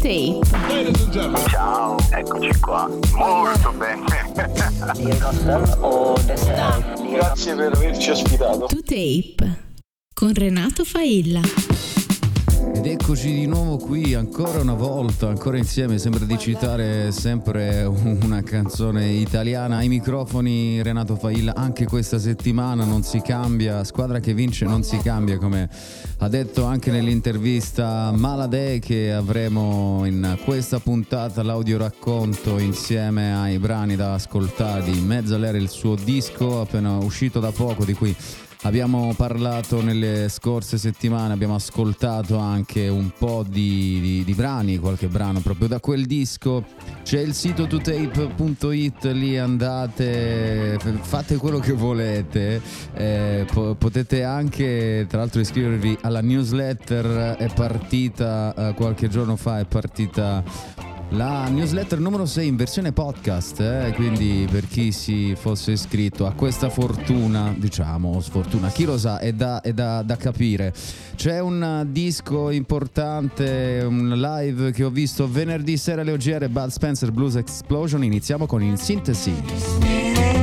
Tape. Ciao, eccoci qua. Molto bene. Grazie per averci ospitato. To Tape con Renato Failla. Ed eccoci di nuovo qui, ancora una volta, ancora insieme. Sembra di citare sempre una canzone italiana. Ai microfoni Renato Failla, anche questa settimana non si cambia, squadra che vince non si cambia, come ha detto anche nell'intervista Maladei, che avremo in questa puntata l'audio racconto insieme ai brani da ascoltare di Mezzalera, il suo disco appena uscito da poco, di cui abbiamo parlato nelle scorse settimane. Abbiamo ascoltato anche un po' di brani, qualche brano proprio da quel disco. C'è il sito totape.it, lì andate, fate quello che volete, potete anche tra l'altro iscrivervi alla newsletter. È partita qualche giorno fa, è partita la newsletter numero 6 in versione podcast, quindi per chi si fosse iscritto a questa fortuna, diciamo sfortuna, chi lo sa, è da capire. C'è un disco importante, un live che ho visto venerdì sera alle OGR, Bud Spencer Blues Explosion. Iniziamo con In Sintesi.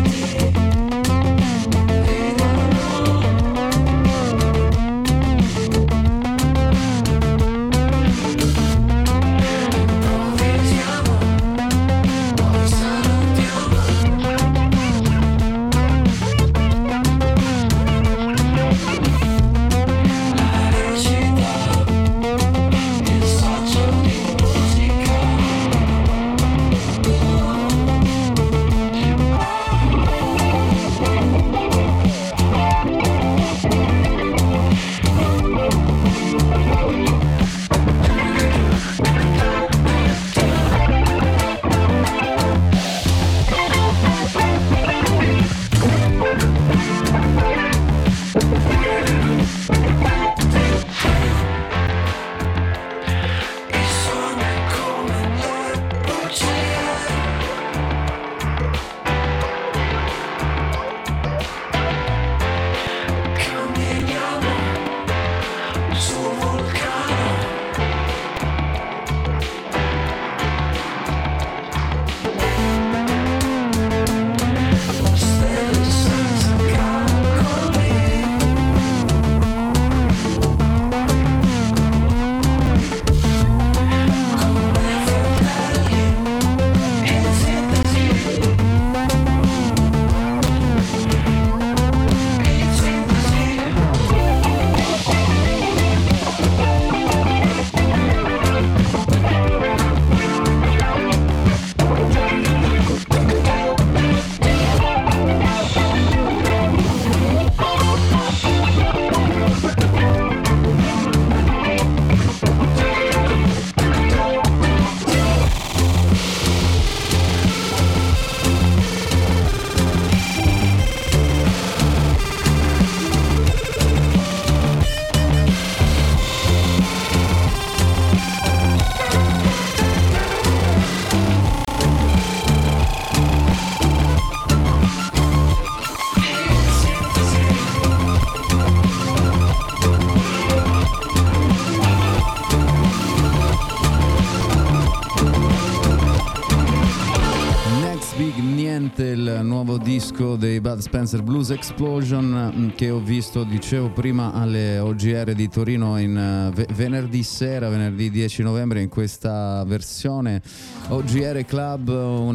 Il nuovo disco dei Bud Spencer Blues Explosion, che ho visto, dicevo prima, alle OGR di Torino in venerdì sera, venerdì 10 novembre, in questa versione OGR Club,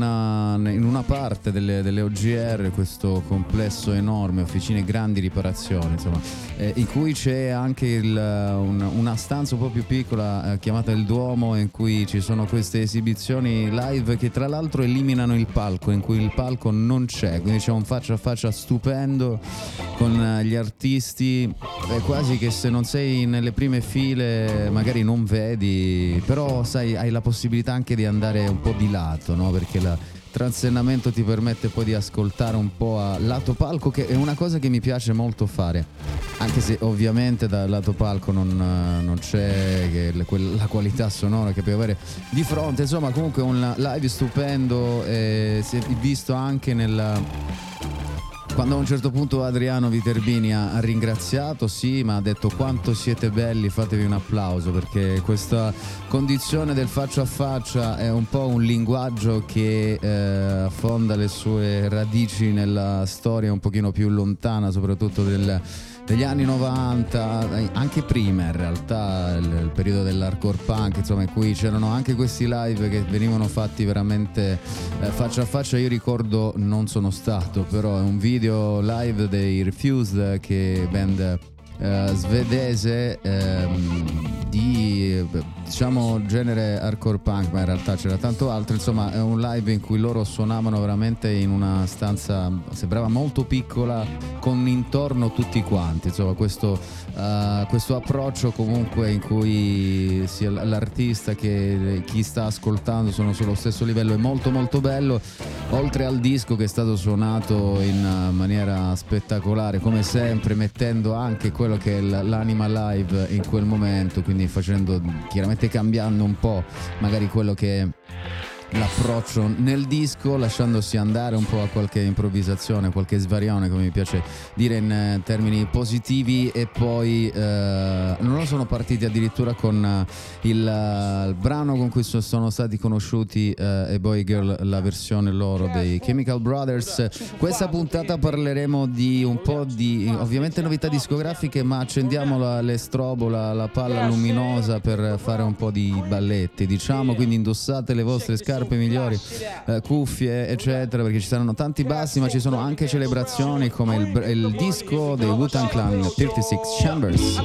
in una parte delle OGR, questo complesso enorme, officine grandi riparazioni, insomma, in cui c'è anche una stanza un po' più piccola chiamata il Duomo, in cui ci sono queste esibizioni live che tra l'altro eliminano il palco, in cui il palco non c'è, quindi c'è un faccia a faccia stupendo con gli artisti, quasi che se non sei nelle prime file magari non vedi, però sai, hai la possibilità anche di andare un po' di lato, no? Perché il transennamento ti permette poi di ascoltare un po' a lato palco, che è una cosa che mi piace molto fare, anche se ovviamente dal lato palco non c'è la qualità sonora che puoi avere di fronte. Insomma, comunque un live stupendo, si è visto anche Quando a un certo punto Adriano Viterbini ha ringraziato, sì, ma ha detto quanto siete belli, fatevi un applauso, perché questa condizione del faccia a faccia è un po' un linguaggio che affonda le sue radici nella storia un pochino più lontana, soprattutto degli anni 90, anche prima in realtà, il periodo dell'hardcore punk, insomma, in cui c'erano anche questi live che venivano fatti veramente faccia a faccia. Io ricordo, non sono stato, però è un video live dei Refused, che band svedese di diciamo genere hardcore punk, ma in realtà c'era tanto altro. Insomma, è un live in cui loro suonavano veramente in una stanza, sembrava molto piccola, con intorno tutti quanti. Insomma, questo approccio comunque in cui sia l'artista che chi sta ascoltando sono sullo stesso livello è molto molto bello. Oltre al disco che è stato suonato in maniera spettacolare come sempre, mettendo anche quello che è l'anima live in quel momento, quindi facendo, chiaramente cambiando un po' magari quello che è l'approccio nel disco, lasciandosi andare un po' a qualche improvvisazione, qualche svarione, come mi piace dire in termini positivi. E poi loro sono partiti addirittura con il brano con cui sono stati conosciuti A Boy Girl, la versione loro dei Chemical Brothers. Questa puntata parleremo di un po' di ovviamente novità discografiche, ma accendiamo le strobo, la palla luminosa per fare un po' di balletti, diciamo, quindi indossate le vostre scarpe migliori, cuffie eccetera, perché ci saranno tanti bassi, ma ci sono anche celebrazioni come il disco dei Wu-Tang Clan, 36 Chambers.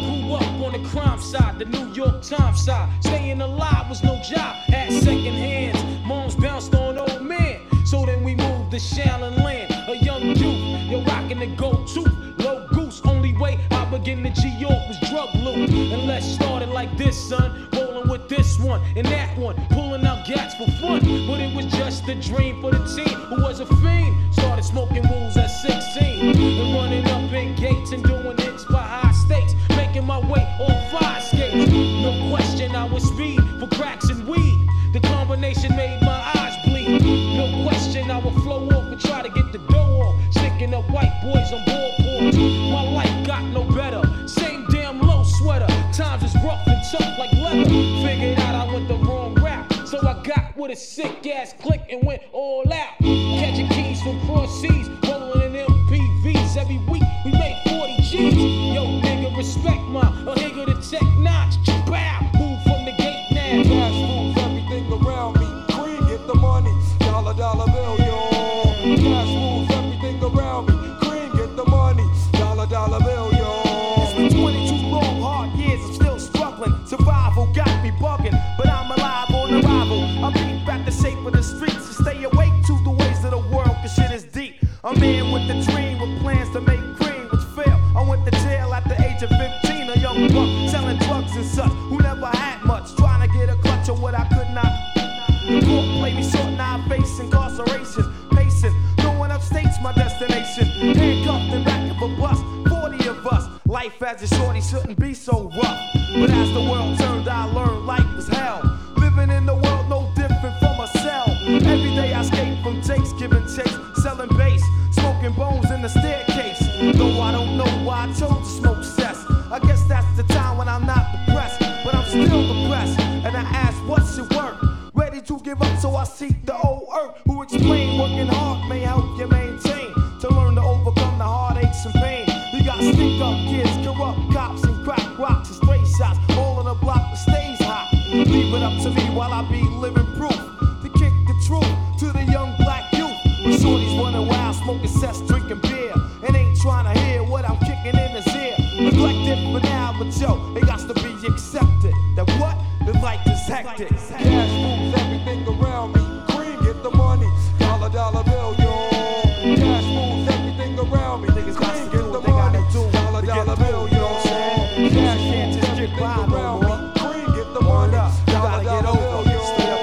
Begin to G-York was drug loot. And let's start it like this, son. Rolling with this one and that one, pulling out gats for fun. But it was just a dream for the team who was a fiend. Started smoking rules at 16 and running up in gates and doing hits by high stakes, making my way on fire skates. No question I was speed for cracks and weed. The combination made my eyes bleed. No question I would flow off and try to get the dough off, sticking up white boys on board boards. My life got no better, same damn low sweater. Times is rough and tough like leather. Figured out I went the wrong route, so I got with a sick ass click and went all out. Catching keys from cross seas, rolling in MPVs. Every week we made 40 G's. Yo nigga, respect my a nigga to check notch. Bow, move from the gate now. Cash moves everything around me. Cream, get the money. Dollar, dollar bill, yo. Cash moves everything around me. Cream, get the money. Dollar, dollar bill, yo. It's been 22 long, hard years, I'm still struggling. Survival got me bugging, but I'm alive on arrival. I beat back the shape of the streets to stay awake to the ways of the world, cause shit is deep. A man with a dream, with plans to make cream, which failed. I went to jail at the age of 15, a young buck selling drugs and such, who never had much, trying to get a clutch of what I could not. The court played me short, now I face incarceration. Pacing, going upstate's my destination. Handcuffed in back of a bus, 40 of us. Life as a shorty shouldn't be so rough. But as the world turned, I learned life was hell. Living in the world no different from a cell. Every day I escape from Jake's, giving chase, selling bass, smoking bones in the staircase. Though I don't know why I chose to smoke cess. I guess that's the time when I'm not depressed, but I'm still depressed. And I ask, what's your work? Ready to give up, so I seek the old earth, who explain working hard may help you maintain, to learn to overcome the heartaches and pain. You got stick up kids, corrupt cops, and crack rocks and stray shots, all on the block that stays hot. Leave it up to me while I be living proof, to kick the truth to the young black youth. When shorties running wild, smoking cess, drinking beer, and ain't trying to hear what I'm kicking in his ear. Neglected for now, but yo, it got to be accepted that what? The life is hectic. Cash moves everything around me. Cream, get the money. Dollar, dollar bill, yo. Cash moves everything around me. Cream, get the money. Dollar, dollar bill, yo. Cash can't just get by around me. Cream, get the money. Dollar, dollar bill, yo.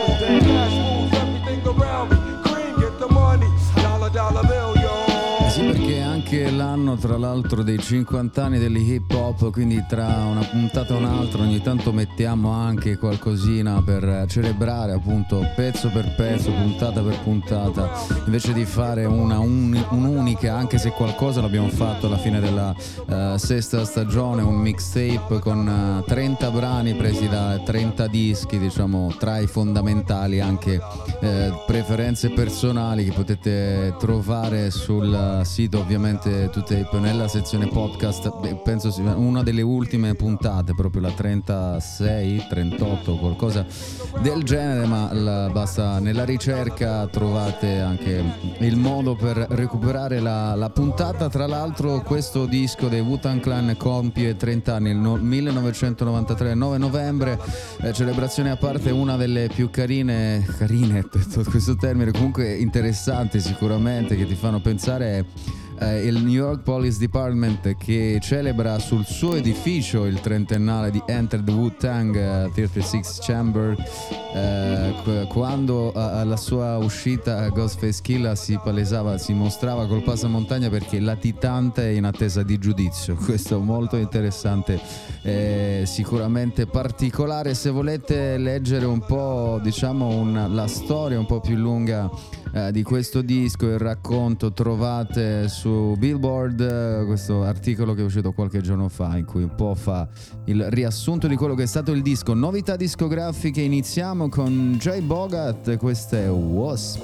Cash moves everything around me. Cream, get the money. Dollar, dollar bill, yo. Sì, perché anche l'anno all'anno tra l'altro dei 50 anni dell'hip hop, quindi tra una puntata e un'altra ogni tanto mettiamo anche qualcosina per celebrare appunto pezzo per pezzo, puntata per puntata, invece di fare un'unica, anche se qualcosa l'abbiamo fatto alla fine della sesta stagione, un mixtape con 30 brani presi da 30 dischi, diciamo tra i fondamentali, anche preferenze personali che potete trovare sul sito ovviamente Toutape nella sezione podcast. Penso sia una delle ultime puntate, proprio la 36, 38, qualcosa del genere, ma basta nella ricerca trovate anche il modo per recuperare la puntata. Tra l'altro questo disco dei Wu-Tang Clan compie 30 anni, il 1993, 9 novembre, celebrazione a parte, una delle più carine questo termine, comunque interessante sicuramente, che ti fanno pensare il New York Police Department, che celebra sul suo edificio il trentennale di Enter the Wu-Tang 36 Chamber, quando alla sua uscita Ghostface Killah si mostrava col passamontagna perché latitante in attesa di giudizio. Questo è molto interessante, sicuramente particolare. Se volete leggere un po', diciamo, la storia un po' più lunga di questo disco, il racconto, trovate su Billboard questo articolo che è uscito qualche giorno fa, in cui un po' fa il riassunto di quello che è stato il disco. Novità discografiche, iniziamo con Joey Bogart, questa è Wasp.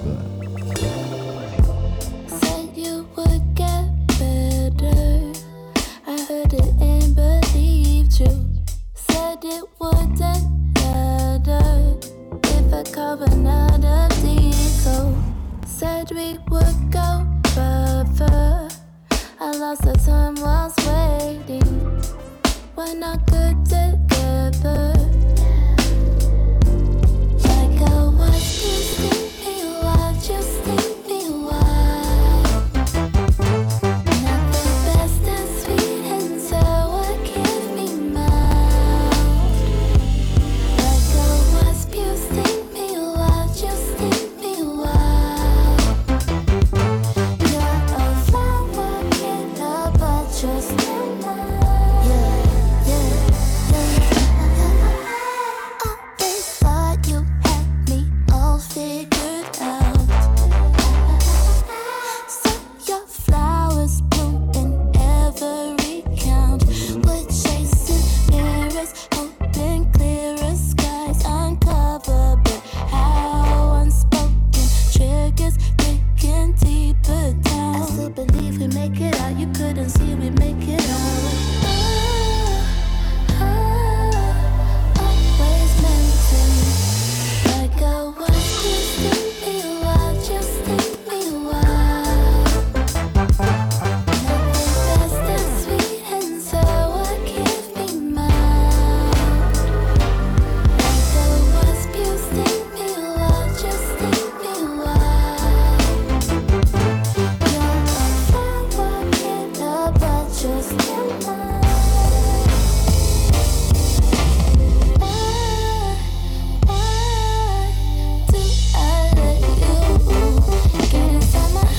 Said you would get better, I heard it and believed you. Said it wouldn't matter if I carve another diesel. Said we would go further, I lost the time whilst waiting. We're not good together. Like I was, you sting me wild, you sting me wild. Not the best and sweet and sour, give me mild. Like I was, you sting me wild, you sting me wild. You're a flower in a bunch of still mine. Always thought you had me all figured out. So your flowers bloom in every count. We're chasing mirrors, hoping clearer skies uncover, but how unspoken triggers digging deeper down. I still believe we make it out. You couldn't see we make it out. Always meant to. Like I was, you sting me wild, you sting me wild. Not the best and sweet and sour, give me mild. Like I was, you sting me wild, you sting me wild. You're a flower in a bunch of still mine. I let you get inside my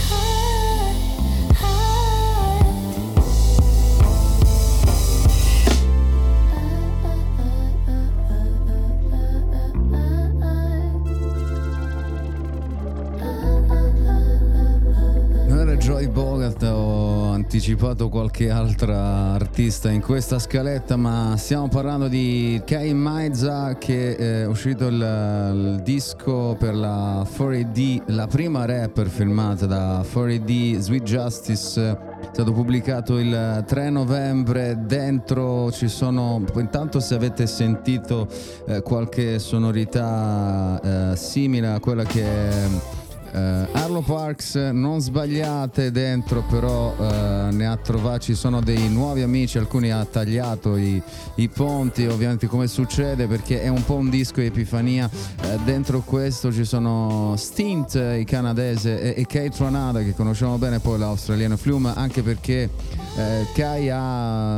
Non era Joey Bogart, ho anticipato qualche altra artista in questa scaletta, ma stiamo parlando di Kay Maiza, che è uscito il disco per la 4AD, la prima rapper filmata da 4AD, Sweet Justice. È stato pubblicato il 3 novembre. Dentro ci sono, intanto, se avete sentito qualche sonorità simile a quella che è Arlo Parks, non sbagliate. Dentro però ne ha trovati, ci sono dei nuovi amici, alcuni ha tagliato i ponti, ovviamente, come succede, perché è un po' un disco epifania. Dentro questo ci sono Stint, il canadese, e Kate Ranada, che conosciamo bene, poi l'australiano Flume, anche perché Kai ha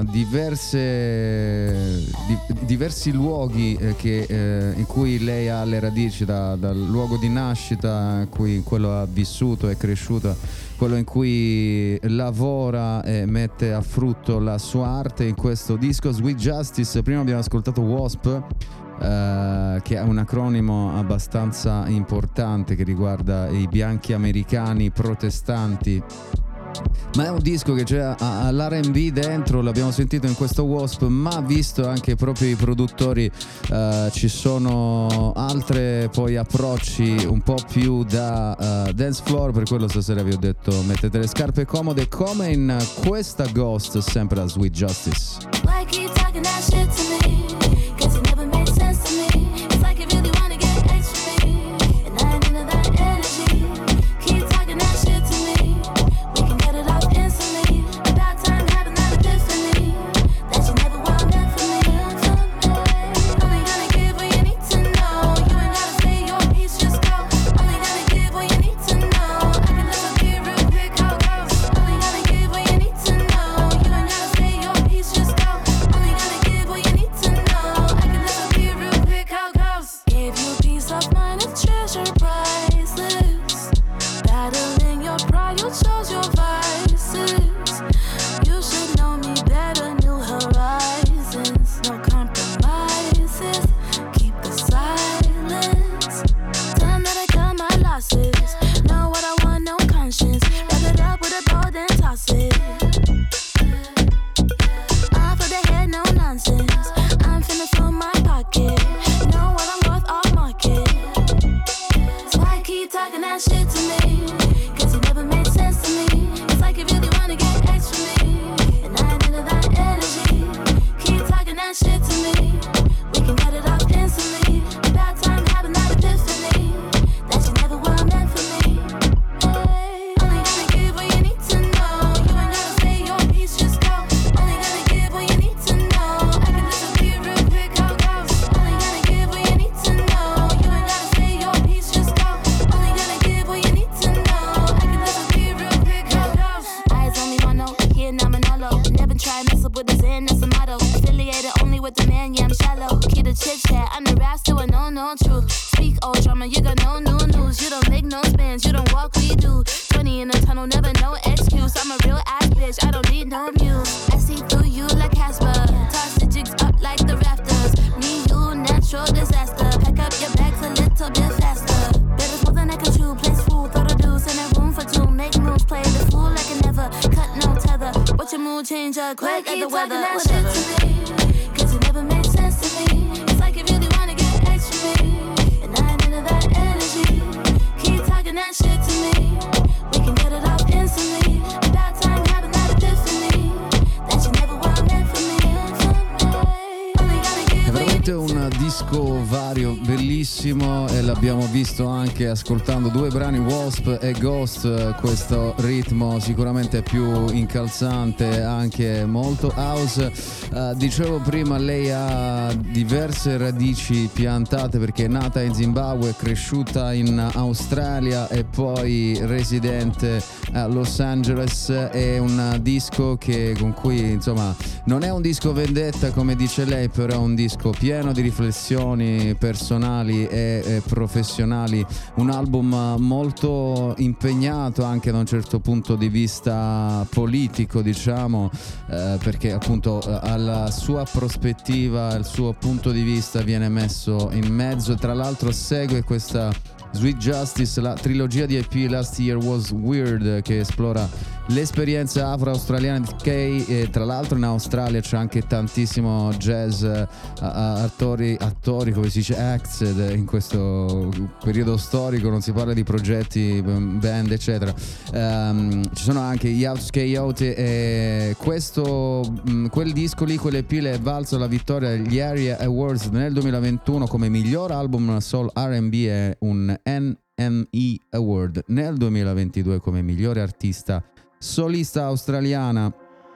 diversi luoghi in cui lei ha le radici, dal luogo di nascita in cui quello ha vissuto, è cresciuto, quello in cui lavora e mette a frutto la sua arte in questo disco Sweet Justice. Prima abbiamo ascoltato W.A.S.P., che è un acronimo abbastanza importante che riguarda i bianchi americani protestanti, ma è un disco che c'è l'R&B dentro, l'abbiamo sentito in questo W.A.S.P., ma visto anche proprio i produttori, ci sono altre poi approcci un po' più da dance floor, per quello stasera vi ho detto mettete le scarpe comode, come in questa Ghost, sempre da Sweet Justice. Why keep talking that shit to me? 'Cause it never made sense to me. It's like you really wanna get extra me, and I ain't into that energy. Keep talking that shit to me. We can get it off instantly. About time having that epiphany that you never were meant for me. Only gonna give what you need to know. You ain't gotta say your piece, just go. Only gonna give what you need to know. I can disappear real quick, how it goes. Only gonna give what you need to know. You ain't gotta say your piece, just go. Only gonna give what you need to know. I can disappear real quick, how it goes. Gave you peace of mind, a treasure priceless. Battling your pride, you chose your vices. You should know me better, new horizons. No compromises, keep the silence. Tell them that I cut my losses. Know what I want, no conscience. Wrap it up with a bow, then toss it. Off of the head, no nonsense. I'm finna fill my pocket. Know what I'm worth off market. So why keep talking that shit to me? 'Cause it never made sense to me. It's like you really wanna get extra me, and I ain't into that energy. Keep talking that shit to me. We can get it off instantly. About time having that epiphany that you never were meant for me. Hey, only gonna give what you need to know. You ain't gotta say your piece, just go. Only gonna give what you need to know. I can disappear real quick, how it goes. Only gonna give what you need to know. You ain't gotta say your piece, just go. Only gonna give what you need to know. I can disappear real quick, how it goes. Eyes on me, mono, here now Manolo. Never try mess up with the Zen, that's a motto. Affiliated only with the man, yeah I'm shallow. Keep the chit chat, I'm the rap to a no truth. Speak old drama, you got no new news. You don't make no spins, you don't walk, we do. 20 in the tunnel, never no excuse. I'm a real ass bitch, I don't need no muse. I see through you like Casper. Toss the jigs up like the rafters. Me, you, natural disaster. Pack up your bags a little bit faster. Better more than I can chew. Place fool, throw the deuce in a room for two. Make moves, play the fool like a never. Cut no tether. Watch your mood change up quick like the weather. That shit to me, 'cause it never made sense to me. It's like you really wanna get extra me, and I ain't into that energy. Keep talking that shit to me. We can get it off instantly. About time having that epiphany that you never were meant for me. Only gonna give È what you veramente un disco vario, bellissimo, e l'abbiamo visto anche ascoltando due brani, W.A.S.P. e Ghost. Questo ritmo sicuramente più incalzante, anche molto house. Dicevo prima, lei ha diverse radici piantate perché è nata in Zimbabwe, cresciuta in Australia e poi residente a Los Angeles. È un disco con cui insomma non è un disco vendetta come dice lei, però è un disco pieno di riflessioni personali e professionali, un album molto impegnato anche da un certo punto di vista politico, diciamo, perché appunto alla sua prospettiva, al suo punto di vista viene messo in mezzo. Tra l'altro segue questa Sweet Justice, la trilogia di EP Last Year Was Weird, che esplora l'esperienza afro-australiana di Kay, e tra l'altro in Australia c'è anche tantissimo jazz, attori come si dice, acts in questo periodo storico, non si parla di progetti, band eccetera. Ci sono anche gli Out Coyote, e quel disco lì, quell'EP le è valso la vittoria agli Area Awards nel 2021 come miglior album soul R&B e un NME Award nel 2022 come migliore artista solista australiana.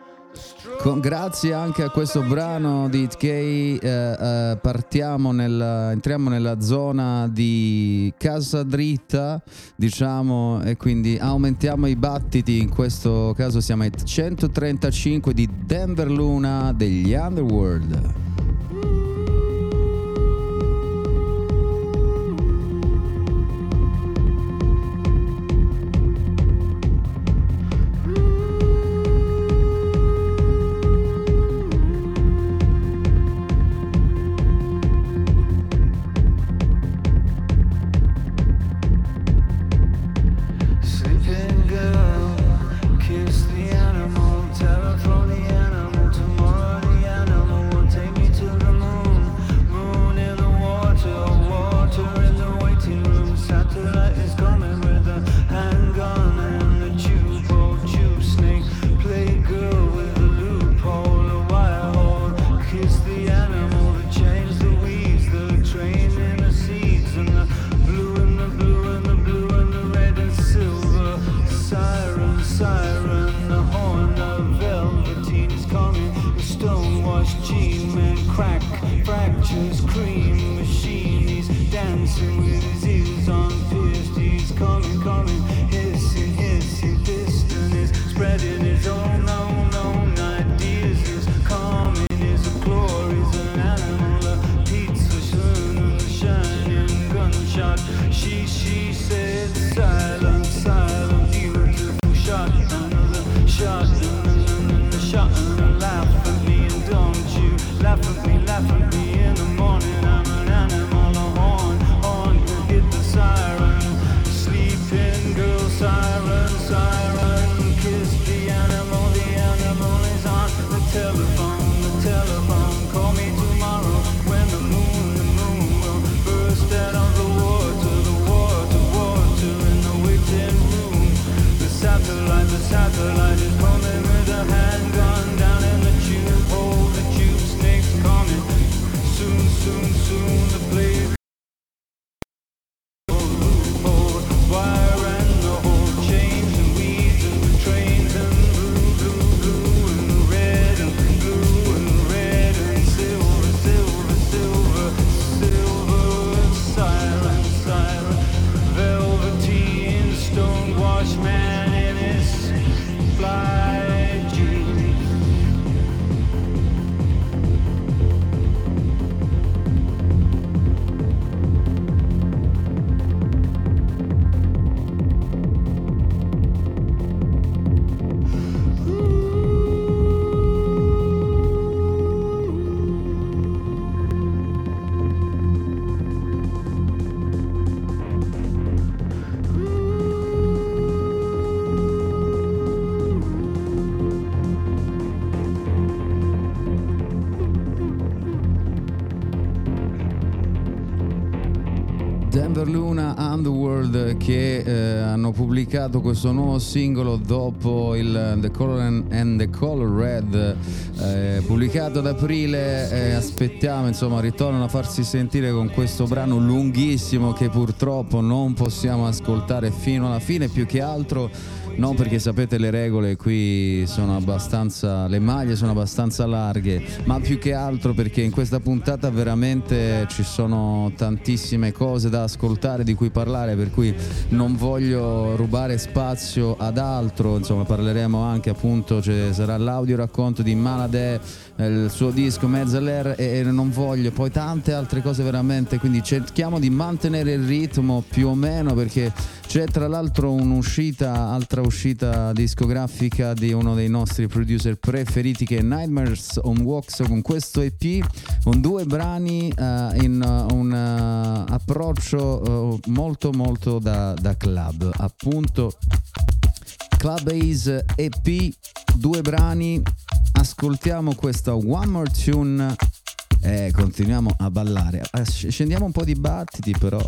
Grazie anche a questo brano di Tkay entriamo nella zona di casa dritta, diciamo, e quindi aumentiamo i battiti. In questo caso siamo ai 135 di Denver Luna degli Underworld. hissing with his ears unpierced. He's coming, coming, hissing, hissing, piston is spreading his own ideas. His coming is a glorious an animal, a pizza shun, a shining gunshot. She said silence, silence, beautiful shot, another shot, another shot, and laugh at me, and don't you laugh at me in the morning. I'm an animal, a horn, hit the siren, sleeping girl, siren, siren, kiss the animal is on the telephone, call me tomorrow when the moon will burst out of the water in the waiting room. The satellite is coming with a handgun down in the tube hole. The tube snake's coming soon. The blade loophole, wire and the whole chains and weeds and trains and blue and red and blue and red and silver, siren, velveteen, stonewashed man in his fly jeans. Denver Luna, Underworld, che hanno pubblicato questo nuovo singolo dopo il The Color and the Color Red, pubblicato ad aprile. Aspettiamo, insomma, ritornano a farsi sentire con questo brano lunghissimo che purtroppo non possiamo ascoltare fino alla fine, più che altro non perché sapete le regole qui sono abbastanza, le maglie sono abbastanza larghe, ma più che altro perché in questa puntata veramente ci sono tantissime cose da ascoltare, di cui parlare, per cui non voglio rubare spazio ad altro. Insomma, parleremo anche, appunto, sarà l'audio racconto di Maladè, il suo disco Mezzaler, e non voglio poi tante altre cose veramente, quindi cerchiamo di mantenere il ritmo più o meno, perché c'è tra l'altro altra uscita discografica di uno dei nostri producer preferiti, che è Nightmares on Wax, con questo EP, con 2 brani in un approccio molto molto da club, appunto Club Ace EP, 2 brani. Ascoltiamo questa One More Tune e continuiamo a ballare. Scendiamo un po' di battiti però.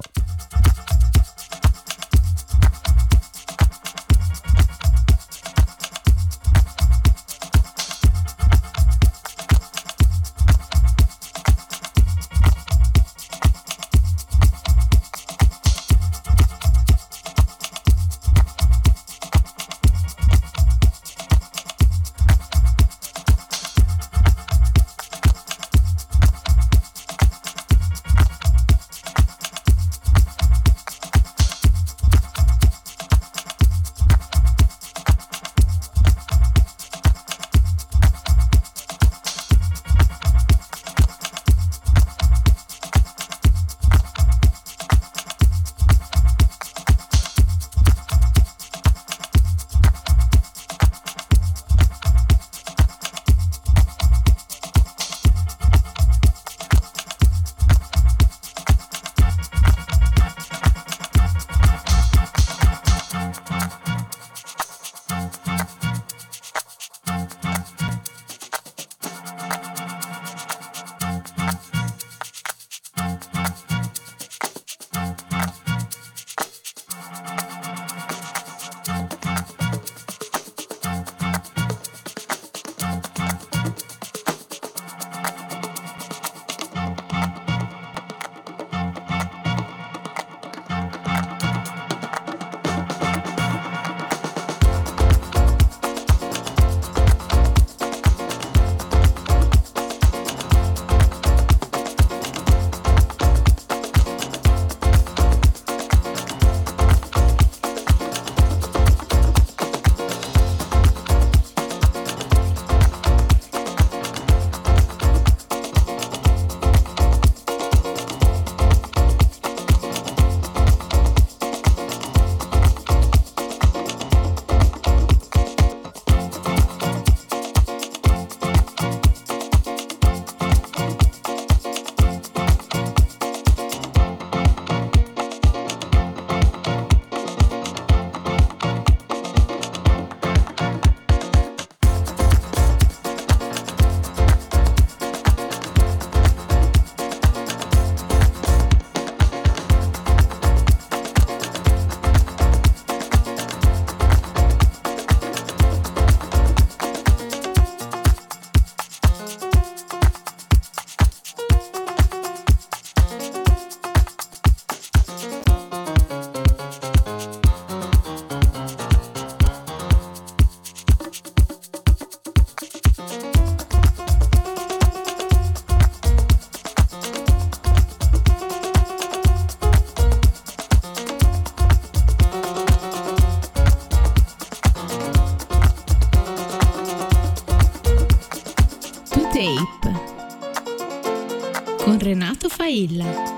Failla.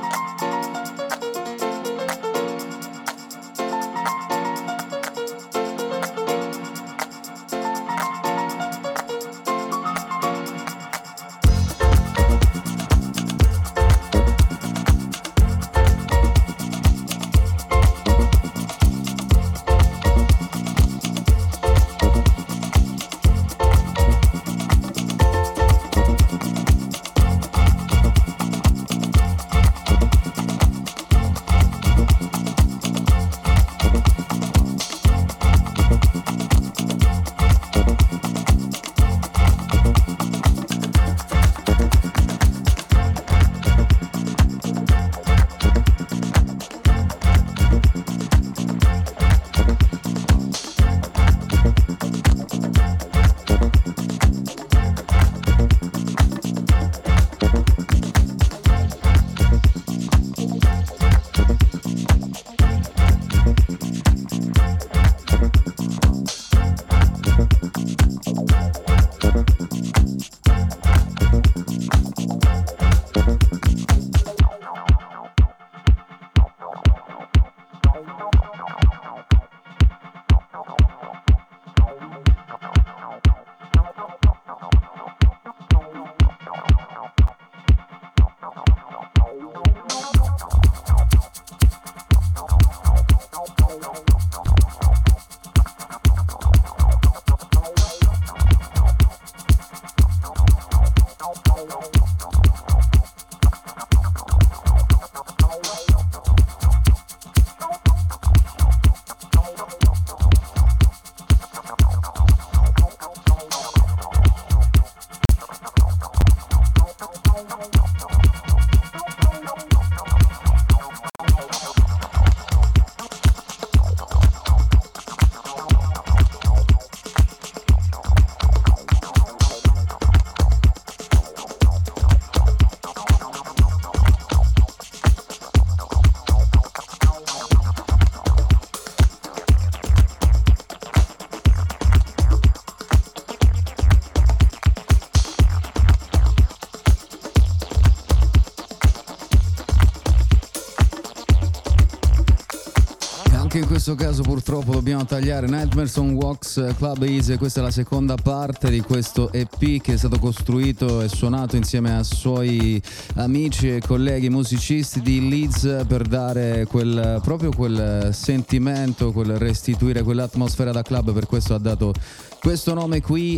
Anche in questo caso purtroppo dobbiamo tagliare Nightmares on Wax Club Easy. Questa è la seconda parte di questo EP che è stato costruito e suonato insieme a suoi amici e colleghi musicisti di Leeds per dare proprio quel sentimento, quel restituire quell'atmosfera da club. Per questo ha dato questo nome qui.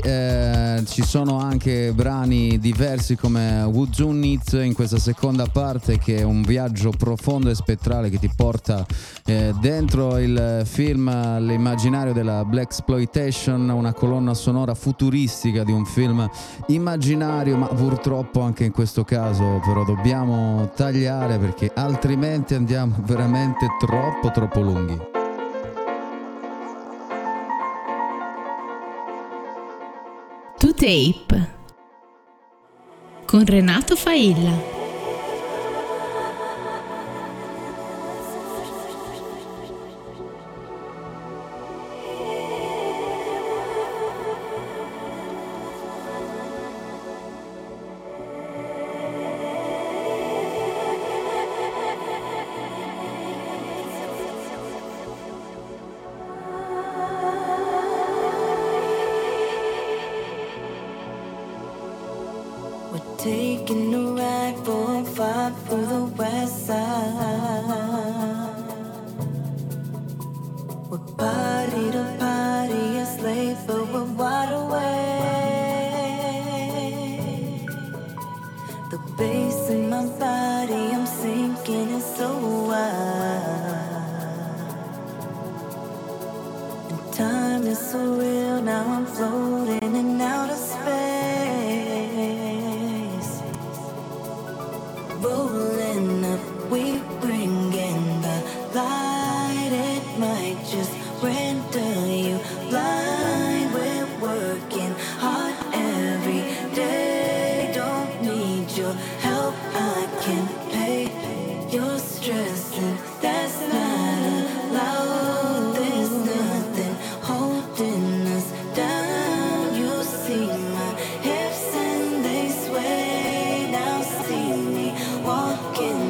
Ci sono anche brani diversi come Would You Need in questa seconda parte, che è un viaggio profondo e spettrale che ti porta dentro il film, l'immaginario della Blaxploitation, una colonna sonora futuristica di un film immaginario, ma purtroppo anche in questo caso però dobbiamo tagliare perché altrimenti andiamo veramente troppo lunghi. To Tape con Renato Failla. Taking a ride 405 through the west side. We're party to party, a slave for a wide awake. The bass in my body, I'm sinking, it's so wild. And time is so real, now I'm floating in outer space. Rolling up, we bring in the light. It might just render you blind. We're working hard every day. Don't need your help, I can pay your stress, and that's not allowed. There's nothing holding us down. You see my hips and they sway. Now see me walking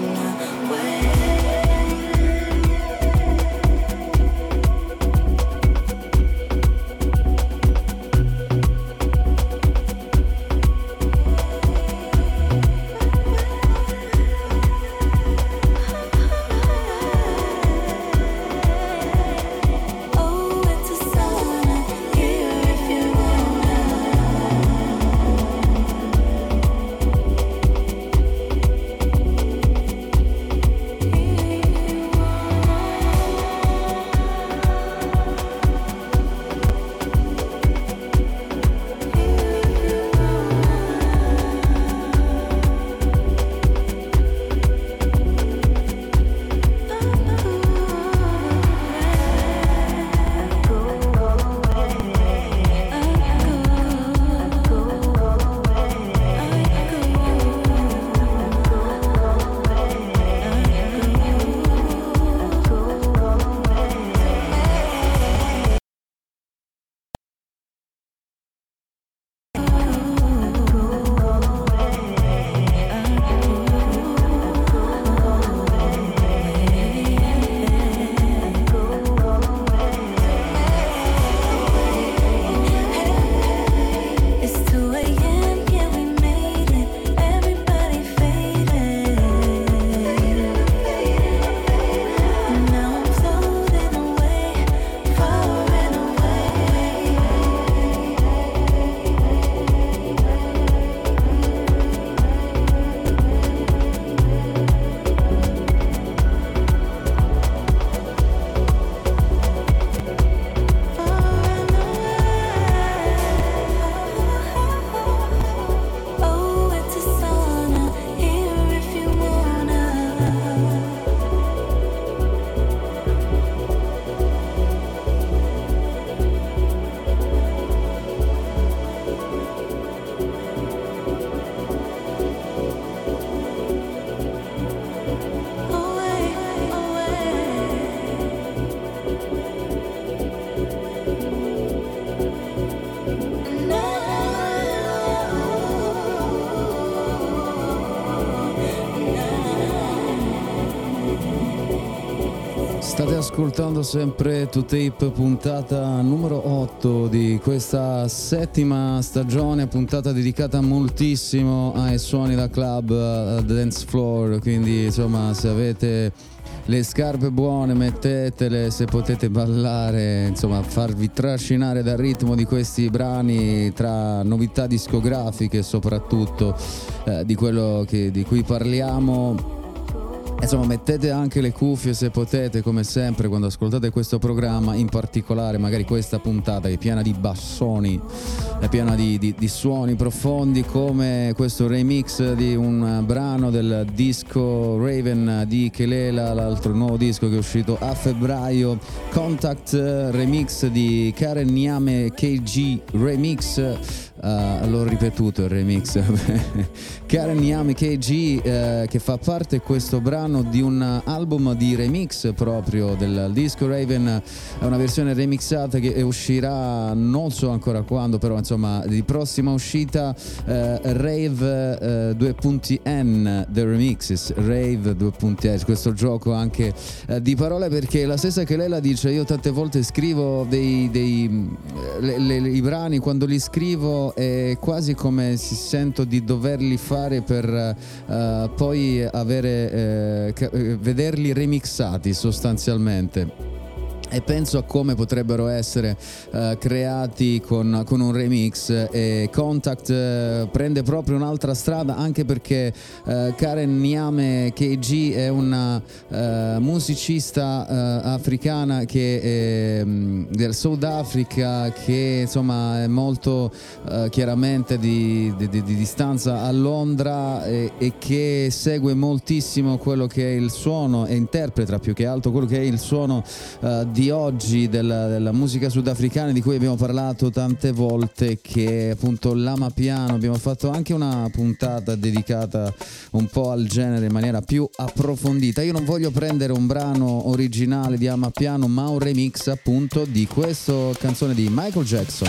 State ascoltando sempre 2Tape, puntata numero 8 di questa settima stagione, puntata dedicata moltissimo ai suoni da club, dance floor, quindi insomma se avete le scarpe buone mettetele, se potete ballare, insomma farvi trascinare dal ritmo di questi brani, tra novità discografiche soprattutto di quello di cui parliamo. Insomma, mettete anche le cuffie se potete, come sempre quando ascoltate questo programma, in particolare magari questa puntata che è piena di bassoni, è piena di suoni profondi, come questo remix di un brano del disco Raven di Kelela, l'altro nuovo disco che è uscito a febbraio, Contact, remix di Karen Nyame KG Remix. L'ho ripetuto il remix. Karen Nyame KG, che fa parte questo brano di un album di remix proprio del disco Raven, è una versione remixata che uscirà non so ancora quando, però insomma di prossima uscita, Rave 2.n The Remixes, Rave 2.n, questo gioco anche di parole, perché la stessa che lei la dice, io tante volte scrivo i brani, quando li scrivo è quasi come si sento di doverli fare per poi vederli remixati sostanzialmente. E penso a come potrebbero essere creati con un remix, e Contact prende proprio un'altra strada, anche perché Karen Nyame KG è una musicista africana che è del South Africa, che insomma è molto chiaramente di distanza a Londra, e che segue moltissimo quello che è il suono e interpreta più che altro quello che è il suono di oggi della musica sudafricana, di cui abbiamo parlato tante volte, che è appunto l'amapiano. Abbiamo fatto anche una puntata dedicata un po' al genere in maniera più approfondita. Io non voglio prendere un brano originale di amapiano, ma un remix appunto di questa canzone di Michael Jackson.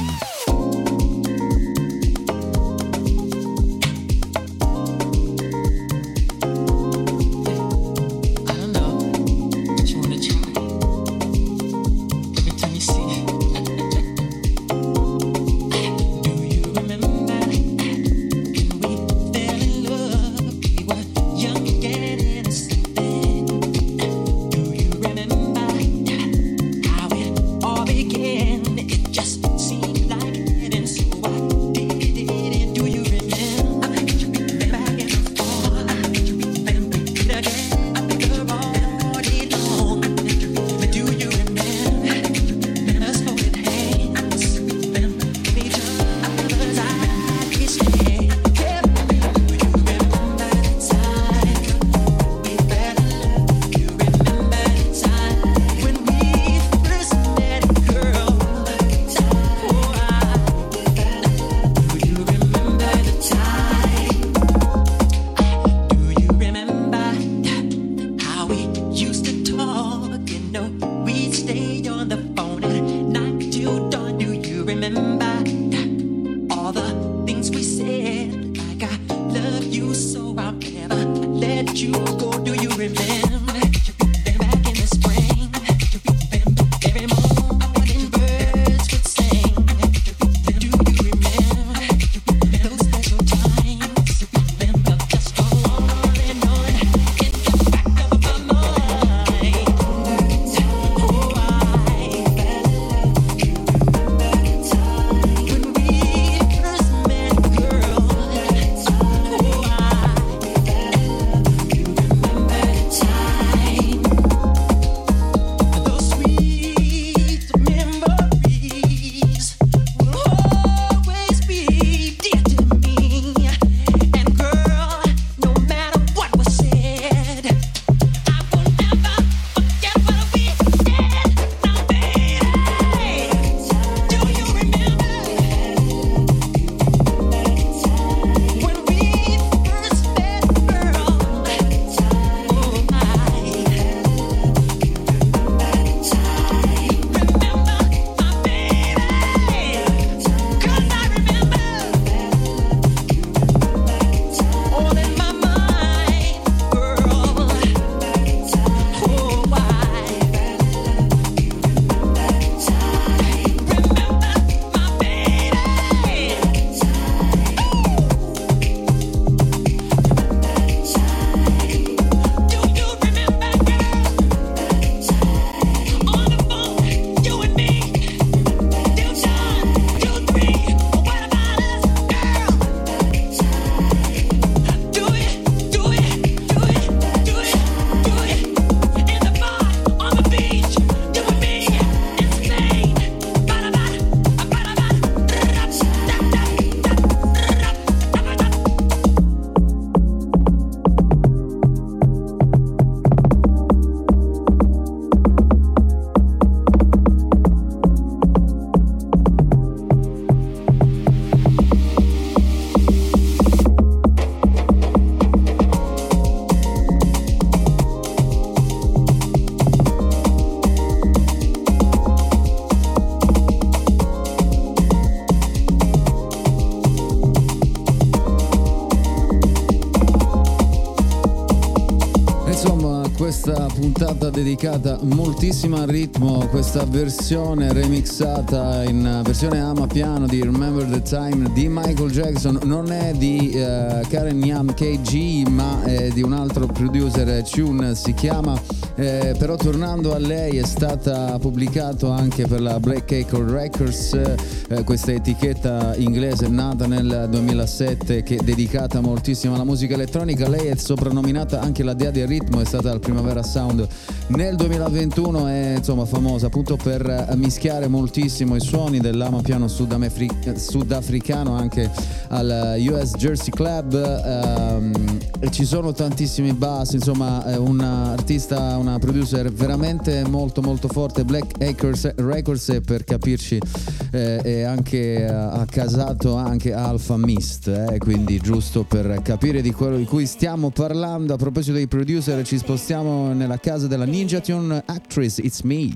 Just seemed like puntata dedicata moltissimo al ritmo, questa versione remixata in versione amapiano di Remember the Time di Michael Jackson non è di Karen Yam KG ma è di un altro producer, Tune si chiama, però tornando a lei è stata pubblicato anche per la Black Acre Records, questa etichetta inglese nata nel 2007 che è dedicata moltissimo alla musica elettronica. Lei è soprannominata anche la dea del ritmo, è stata al Primavera Sound nel 2021, è insomma famosa appunto per mischiare moltissimo i suoni dell'amapiano sudafricano anche al US Jersey Club, e ci sono tantissimi bass, insomma è un'artista, una producer veramente molto molto forte. Black Acres Records, e per capirci è anche ha casato anche Alpha Mist, quindi giusto per capire di quello di cui stiamo parlando. A proposito dei producer, ci spostiamo nella casa della Ninja Tune Actress, It's Me.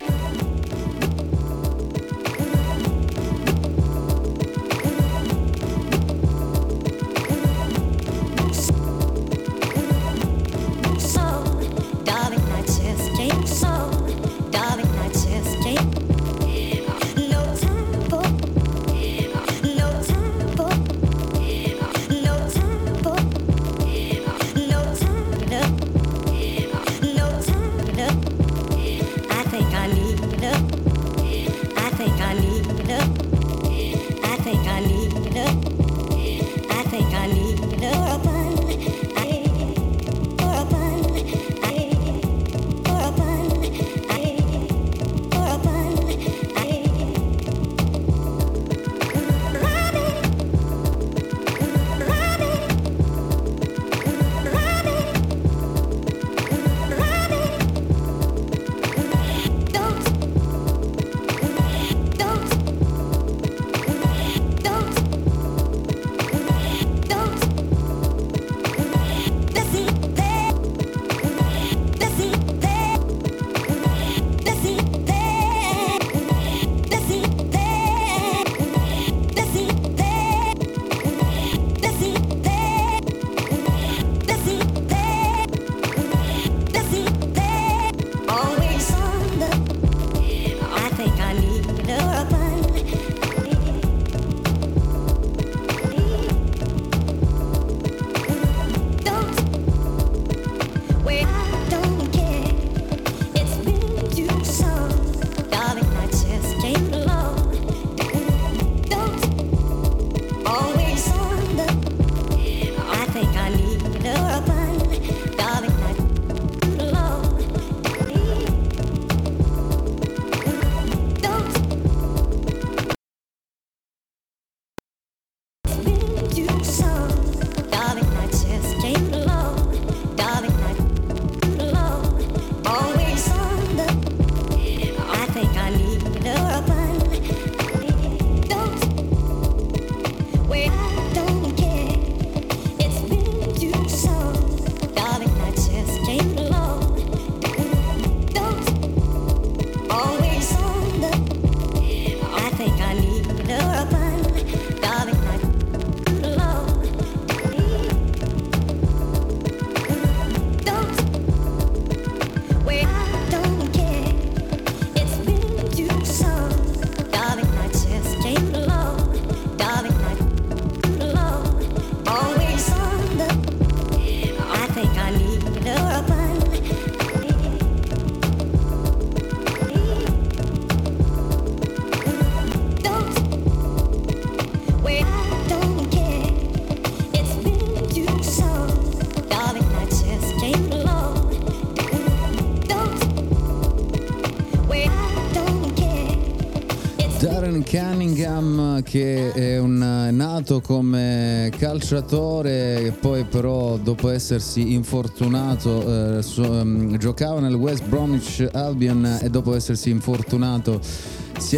Cunningham, che è nato come calciatore e poi però dopo essersi infortunato giocava nel West Bromwich Albion e dopo essersi infortunato si è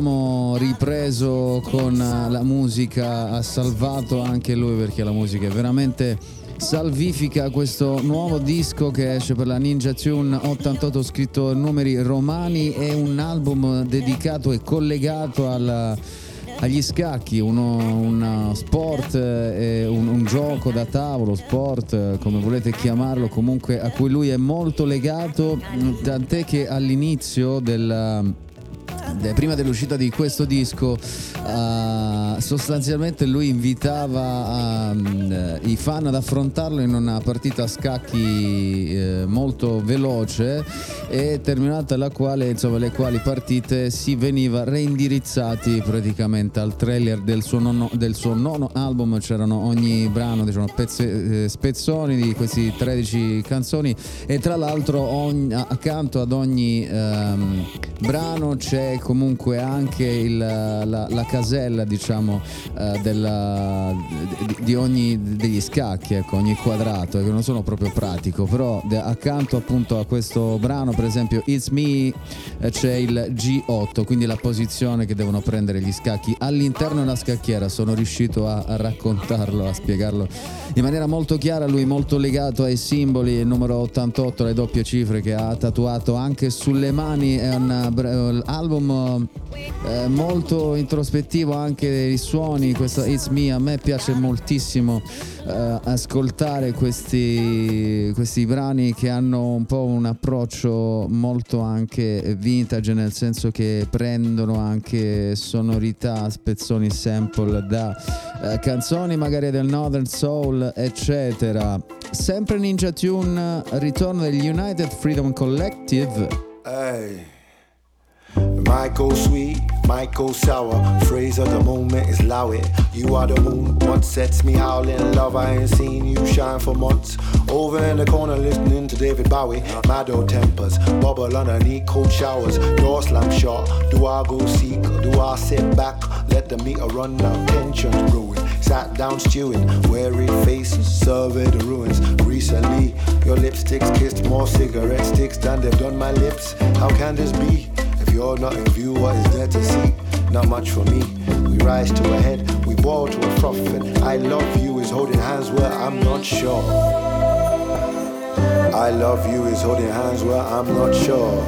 ripreso con la musica, ha salvato anche lui perché la musica è veramente salvifica. Questo nuovo disco che esce per la Ninja Tune 88 scritto numeri romani è un album dedicato e collegato agli scacchi, uno sport, un gioco da tavolo, sport, come volete chiamarlo, comunque a cui lui è molto legato, tant'è che all'inizio prima dell'uscita di questo disco sostanzialmente lui invitava i fan ad affrontarlo in una partita a scacchi molto veloce, e terminata la quale, insomma, le quali partite si veniva reindirizzati praticamente al trailer del suo nono album. C'erano ogni brano, diciamo, spezzoni di questi 13 canzoni, e tra l'altro accanto ad ogni brano c'è comunque anche la casella, diciamo, di ogni degli scacchi, ecco, ogni quadrato, che non sono proprio pratico, però accanto appunto a questo brano, per esempio It's Me, c'è il G8, quindi la posizione che devono prendere gli scacchi all'interno della scacchiera. Sono riuscito a raccontarlo, a spiegarlo in maniera molto chiara. Lui molto legato ai simboli, il numero 88, le doppie cifre che ha tatuato anche sulle mani. È un album molto introspettivo, anche i suoni. Questo It's Me, a me piace moltissimo ascoltare questi brani che hanno un po' un approccio molto anche vintage, nel senso che prendono anche sonorità, spezzoni, sample da canzoni magari del Northern Soul, eccetera. Sempre Ninja Tune, ritorno degli United Freedom Collective. Hey. Might go sweet, might go sour. Phrase of the moment is allow it. You are the moon, what sets me howling. Love, I ain't seen you shine for months. Over in the corner listening to David Bowie. Mad old tempers, bubble underneath cold showers. Door slam shut, do I go seek? Do I sit back, let the meter run down? Tensions brewing, sat down stewing. Weary faces, survey the ruins. Recently, your lipsticks kissed more cigarette sticks than they've done my lips. How can this be? If you're not in view, what is there to see? Not much for me. We rise to a head, we boil to a froth, and I love you is holding hands where I'm not sure. I love you is holding hands where I'm not sure.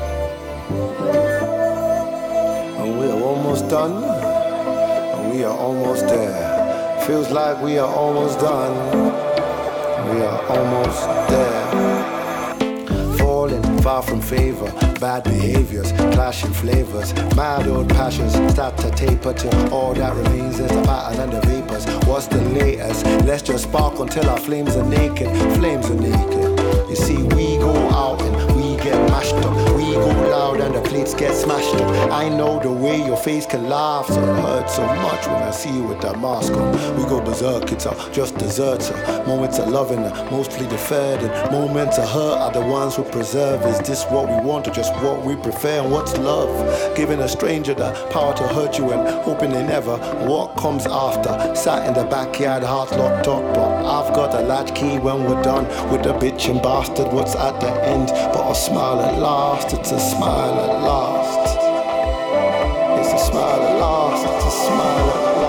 And we are almost done, and we are almost there. Feels like we are almost done. We are almost there. Falling far from favor, bad behaviors, clashing flavors, mad old passions start to taper till all that remains is the pattern and the vapors. What's the latest? Let's just spark until our flames are naked. Flames are naked. You see, we go out and we get mashed up. We go loud and the plates get smashed up. I know the way your face can laugh, so it hurts so much when I see you with that mask on. We go berserk, it's just desserts. Moments of loving are mostly deferred, and moments of hurt are the ones who preserve. Is this what we want or just what we prefer? And what's love? Giving a stranger the power to hurt you and hoping they never. What comes after? Sat in the backyard, heart locked up, but I've got a latchkey when we're done with the bitchin' bastard. What's at the end? But a smile at last. It's a smile at last. It's a smile at last. It's a smile at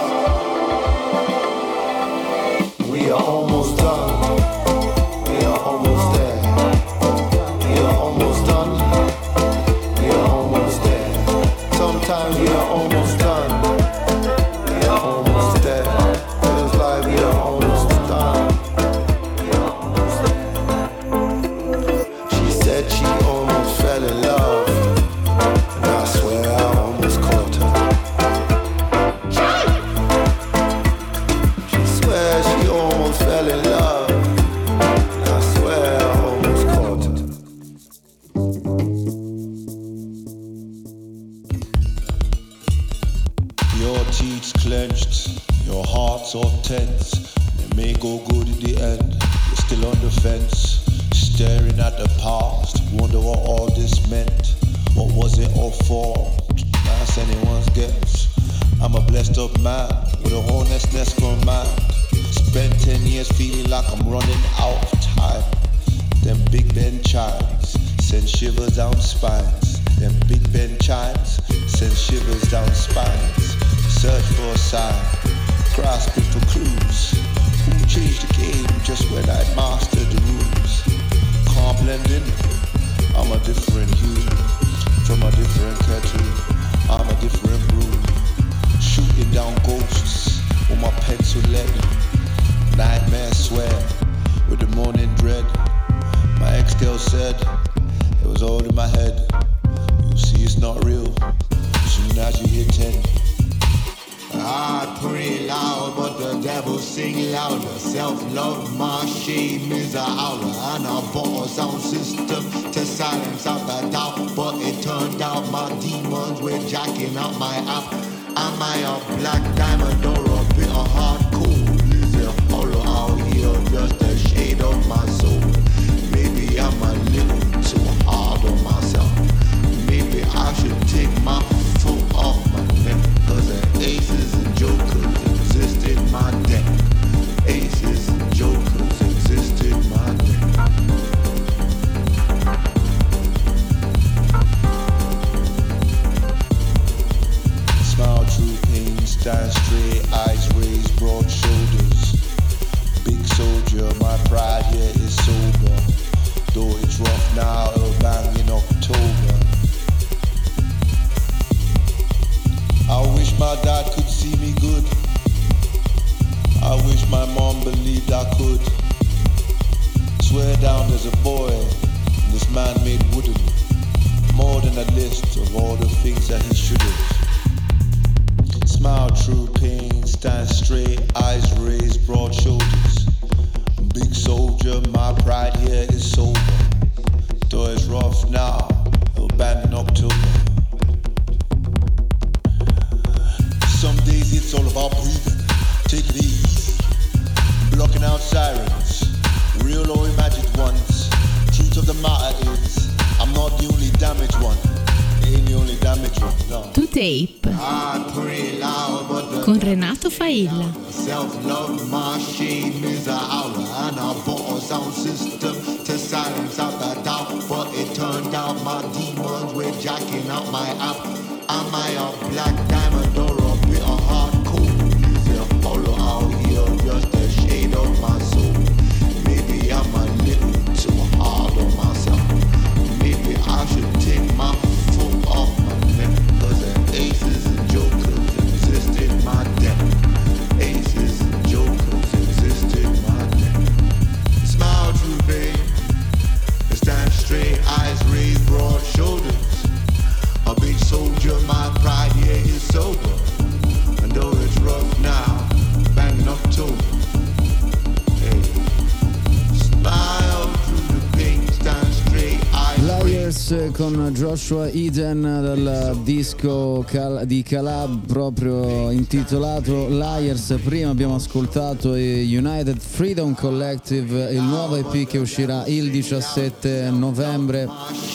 last. We are almost done. We are almost there. We are almost done. We are almost there. Sometimes we are almost done. We are almost there. Feels like we are almost done. We are almost there. She said she almost fell in love, and I swear I almost caught her. She swears she almost fell in love, and I swear I almost caught her. Your teeth clenched, your heart's all tense. It may go good in the end, you're still on the fence. Staring at the past, wonder what all this meant. What was it all for? That's anyone's guess. I'm a blessed up man with a honest nest command. Spent 10 years feeling like I'm running out of time. Them Big Ben chimes send shivers down spines. Them Big Ben chimes send shivers down spines. Search for a sign, grasping for clues. Who changed the game just when I mastered the rules? Can't blend in, I'm a different hue. From a different kettle, I'm a different brew. numbers all in my head. You see it's not real. Soon as you hit 10. I pray loud, but the devil sing louder. Self-love, my shame is a howler. And I bought a sound system to silence out the doubt. But it turned out my demons were jacking up my app. Am I a black diamond or a bit of hardcore? Is it hollow out here, just a shade of my soul? Maybe I'm a little too hard on myself. Maybe I should take my foot off my neck. Cause the aces and jokers exist in my deck. Aces and jokers exist in my deck. Smile, true pain, stand straight, eyes raised, broad shoulders. Big soldier, my pride here is sober. Though it's rough now, it'll bang in October. I wish my dad could see me good. I wish my mom believed I could. Swear down there's a boy, this man made wooden. More than a list of all the things that he should have. Smile, true pain, stand straight, eyes raised, broad shoulders. Big soldier, my pride here is sober. Though it's rough now, it'll bang in October. Some days it's all about breathing, take it easy. Blocking out sirens, real or imagined ones. Truth of the matter is, I'm not the only damaged one. Ain't the only damaged one, no. To Tape con Renato Failla. Self-love, my shame is a howler. And I bought a sound system to silence out the doubt. But it turned out my demons were jacking up my app. Am I a black diamond or a bit of hardcore? Is it hollow out here, just a shade of my soul? Maybe I'm a little too hard on myself. Maybe I should take my foot off my neck. Cause the aces and jokers exist in my deck. Aces and jokers exist in my deck. Smile, true babe. Stand straight, eyes raised, broad shoulders. A big soldier, my pride here is sober. And though it's rough now, bang in October. Hey. Smile through the pain, stand straight, eyes Liars con Joshua Eden dal disco di Calab proprio intitolato Liars. Prima abbiamo ascoltato United Freedom Collective, il nuovo EP che uscirà il 17 novembre,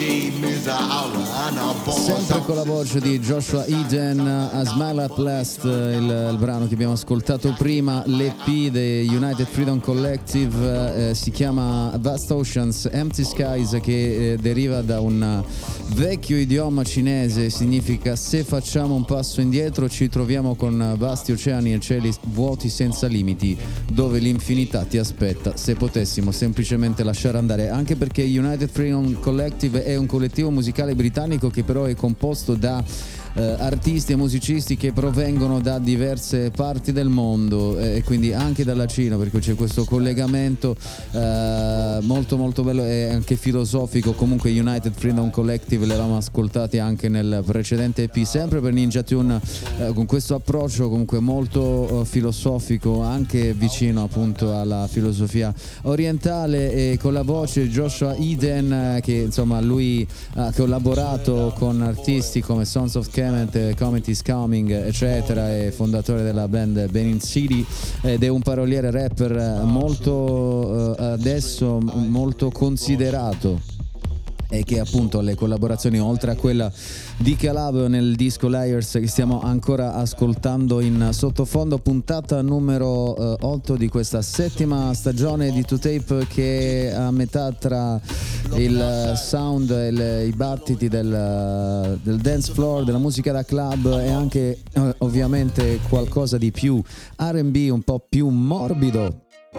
sempre con la voce di Joshua Eden. A Smile at Last, il brano che abbiamo ascoltato prima. L'EP dei United Freedom Collective si chiama Vast Oceans, Empty Skies, che deriva da un vecchio idioma cinese, significa: se facciamo un passo indietro ci troviamo con vasti oceani e cieli vuoti senza limiti, dove l'infinità ti aspetta se potessimo semplicemente lasciare andare. Anche perché United Freedom Collective è un collettivo musicale britannico che però è composto da artisti e musicisti che provengono da diverse parti del mondo, e quindi anche dalla Cina, perché c'è questo collegamento molto molto bello e anche filosofico. Comunque United Freedom Collective le avevamo ascoltati anche nel precedente EP, sempre per Ninja Tune, con questo approccio comunque molto filosofico, anche vicino appunto alla filosofia orientale, e con la voce Joshua Eden, che insomma lui ha collaborato con artisti come Sons of Comet is Coming eccetera, è fondatore della band Benin City ed è un paroliere rapper molto adesso molto considerato, e che appunto le collaborazioni, oltre a quella di Calab nel disco Liars che stiamo ancora ascoltando in sottofondo, puntata numero 8 di questa settima stagione di To Tape, che è a metà tra il sound e i battiti del dance floor, della musica da club, e anche ovviamente qualcosa di più R&B, un po' più morbido,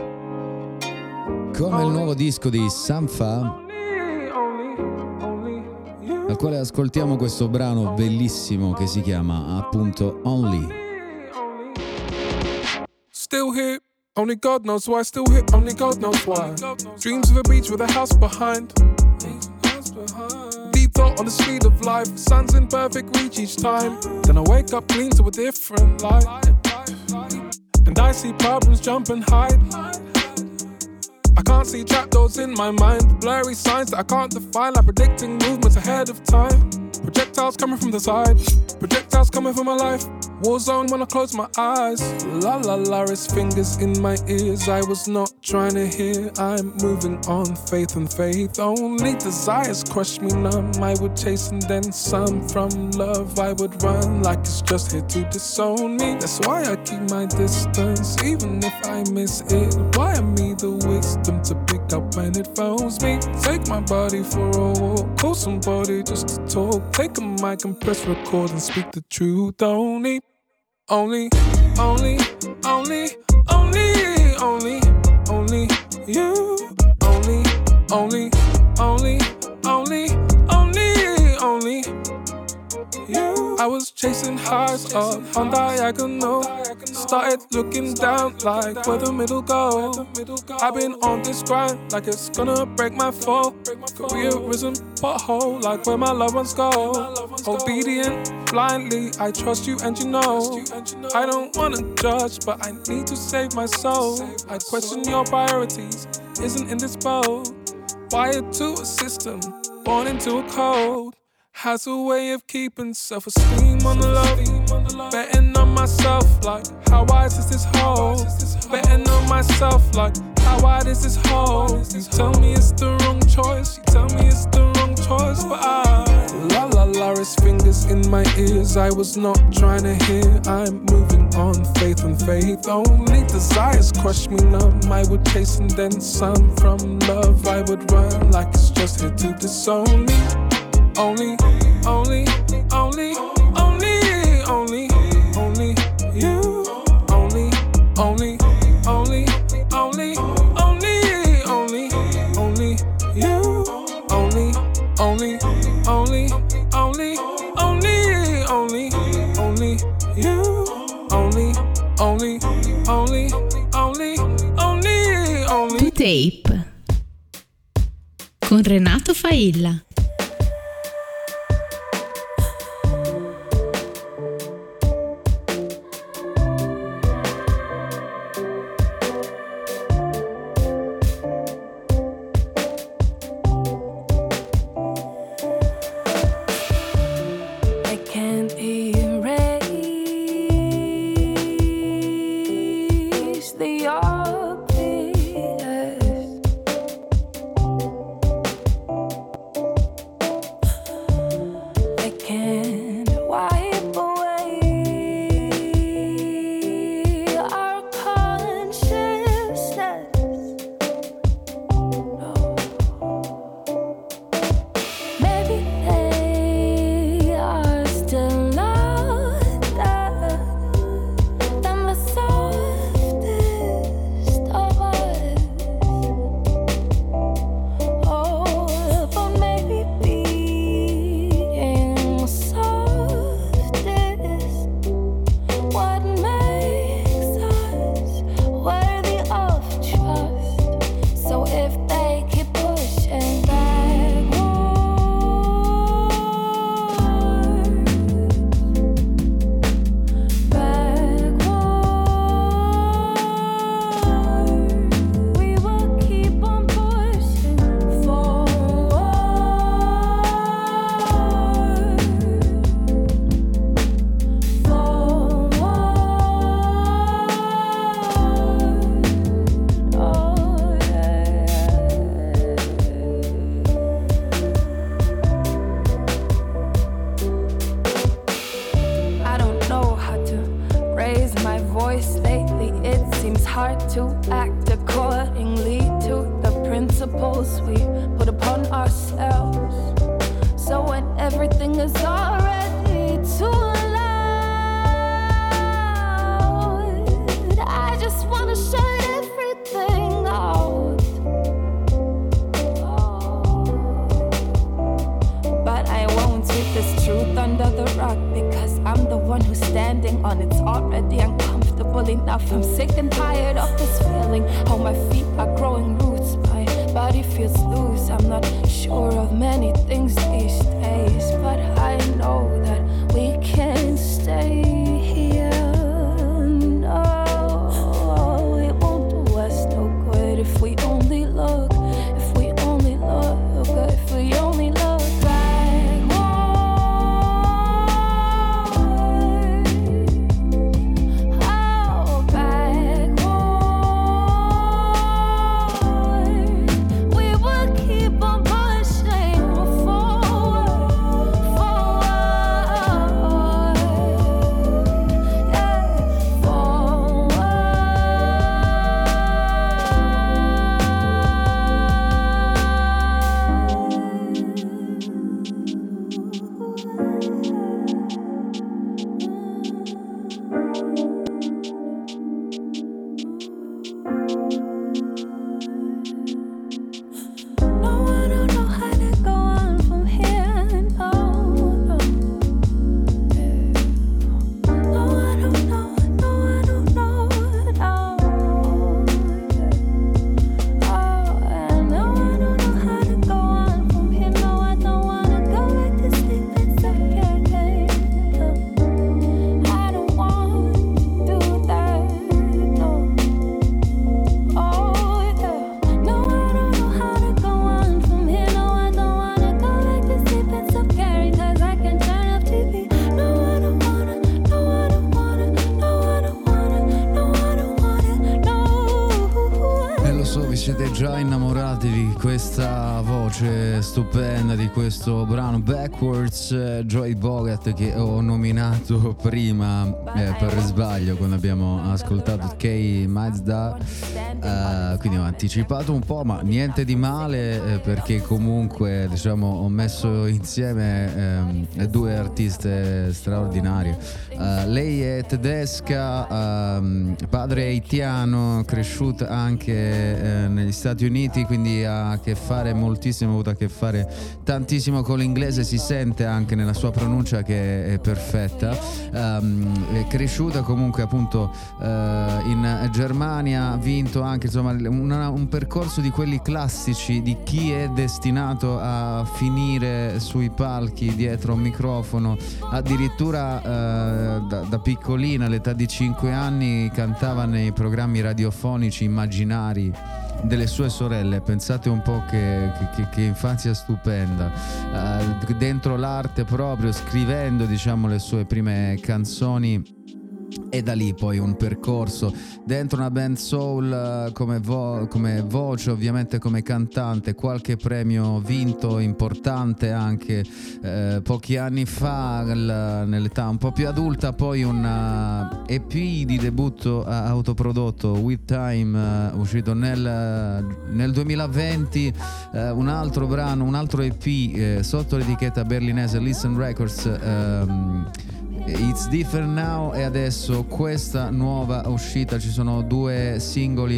come il nuovo disco di Sampha, al quale ascoltiamo questo brano bellissimo che si chiama appunto Only. Still here, only God knows why. Still here, only God knows why. Dreams of a beach with a house behind. on the speed of life. Sun's in perfect reach each time. Then I wake up clean to a different light. And I see problems jump and hide. I can't see trapdoors in my mind. Blurry signs that I can't define, like predicting movements ahead of time. Projectiles coming from the side, projectiles coming from my life. War zone when I close my eyes. La la la, his fingers in my ears. I was not trying to hear. I'm moving on, faith and faith. Only desires crush me numb. I would chase and then some. From love I would run like it's just here to disown me. That's why I keep my distance, even if I miss it. Why am me the wisdom to pick up when it phones me? Take my body for a walk, call somebody just to talk. Take a mic and press record and speak the truth. Only you, only you. I was chasing highs up on diagonal. Started looking down like where the middle go. I've been on this grind like it's gonna break my fall. Careerism pothole like where my loved ones go. Obedient blindly, I trust you and you know. I don't wanna judge, but I need to save my soul. I question your priorities, isn't in this boat. Wired to a system, born into a code. Has a way of keeping self-esteem on the low. Betting on myself like, how wise is this hole? Betting on myself like, how wide is this hole? You tell me it's the wrong choice, you tell me it's the wrong choice. But la la la, his fingers in my ears. I was not trying to hear. I'm moving on, faith and faith. Only desires crush me numb. I would chase and then some. From love I would run like it's just here to disown me. Only you, only you, only To Tape con Renato Failla. Feels loose, I'm not sure of many things these days. questa voce stupenda di questo brano Backwards, Joey Bogart, che ho nominato prima per sbaglio quando abbiamo ascoltato K Mazda, quindi ho anticipato un po', ma niente di male, perché comunque diciamo ho messo insieme due artiste straordinarie. Lei è tedesca, padre haitiano, cresciuta anche negli Stati Uniti, quindi ha a che fare moltissimo, ha avuto a che fare tantissimo con l'inglese, si sente anche nella sua pronuncia che è perfetta. È cresciuta comunque appunto in Germania, ha vinto anche insomma un percorso di quelli classici di chi è destinato a finire sui palchi dietro un microfono. Addirittura da piccolina, all'età di 5 anni, cantava nei programmi radiofonici immaginari delle sue sorelle. Pensate un po' che infanzia stupenda, dentro l'arte proprio, scrivendo diciamo le sue prime canzoni. E da lì poi un percorso dentro una band soul come voce, ovviamente come cantante, qualche premio vinto importante anche pochi anni fa, nell'età un po' più adulta. Poi un EP di debutto autoprodotto, With Time, uscito nel 2020, un altro brano, un altro EP sotto l'etichetta berlinese Listen Records, It's Different Now, e adesso questa nuova uscita. Ci sono due singoli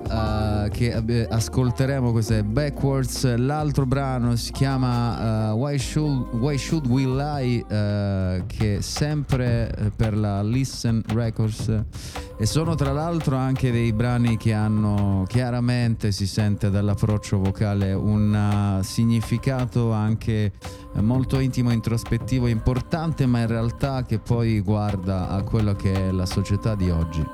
che ascolteremo, questo è Backwards, l'altro brano si chiama Why Should We Lie, che è sempre per la Listen Records, e sono tra l'altro anche dei brani che hanno chiaramente, si sente dall'approccio vocale, un significato anche molto intimo, introspettivo, importante, ma in realtà che poi guarda a quello che è la società di oggi.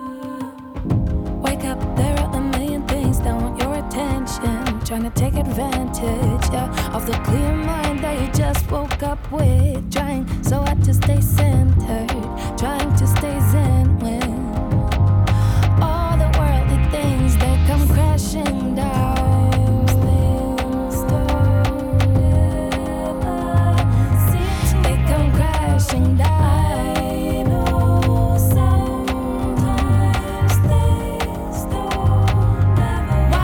Wake up, there are a million things that want your attention, trying to take advantage, yeah, of the clear mind that you just woke up with, trying so hard to stay centered, trying to stay zen when all the worldly things they come crashing down. They come crashing down.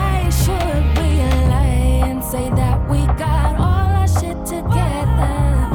Say that we got all our shit together.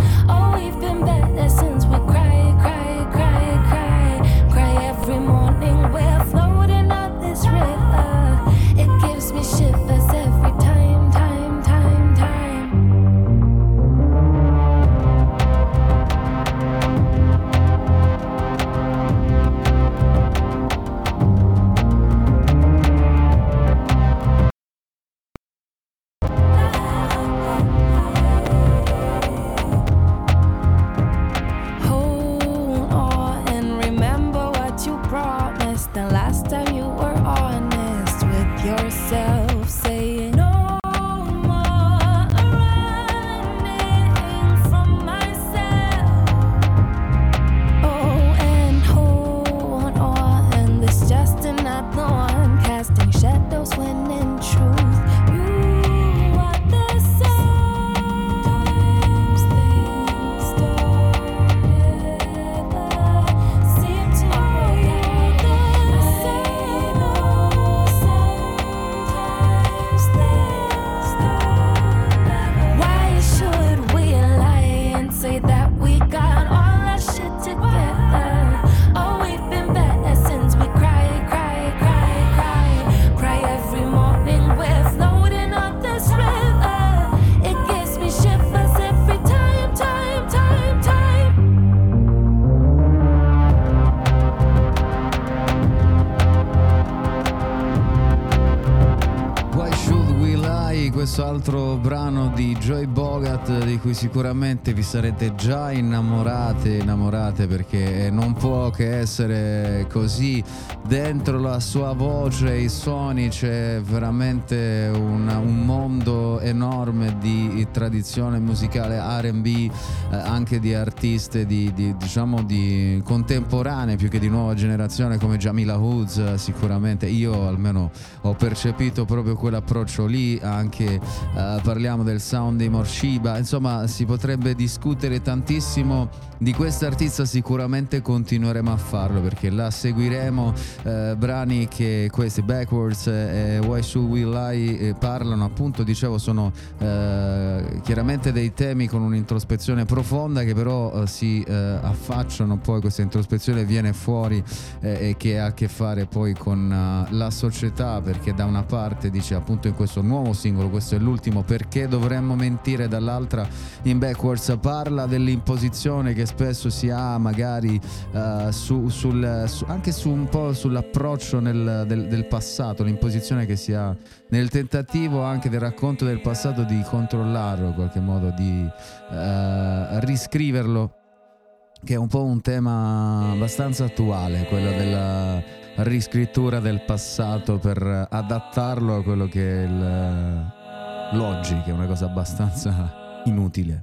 di cui sicuramente vi sarete già innamorate, perché non può che essere così. Dentro la sua voce, i suoni, c'è veramente un mondo enorme di tradizione musicale R&B, anche di artiste diciamo di contemporanee più che di nuova generazione, come Jamila Woods. Sicuramente io almeno ho percepito proprio quell'approccio lì. Anche parliamo del sound di Morshiba. Insomma, si potrebbe discutere tantissimo di questa artista, sicuramente continueremo a farlo perché la seguiremo. Brani che questi Backwards e Why Should We Lie parlano, appunto, dicevo, sono chiaramente dei temi con un'introspezione profonda, che però si affacciano, poi questa introspezione viene fuori e che ha a che fare poi con la società, perché da una parte dice, appunto, in questo nuovo singolo, questo è l'ultimo, perché dovremmo mentire, dall'altra in Backwards parla dell'imposizione che spesso si ha magari anche su un po' sull'approccio del passato, l'imposizione che si ha nel tentativo anche del racconto del passato di controllarlo in qualche modo, di riscriverlo, che è un po' un tema abbastanza attuale, quello della riscrittura del passato per adattarlo a quello che è l'oggi, che è una cosa abbastanza inutile.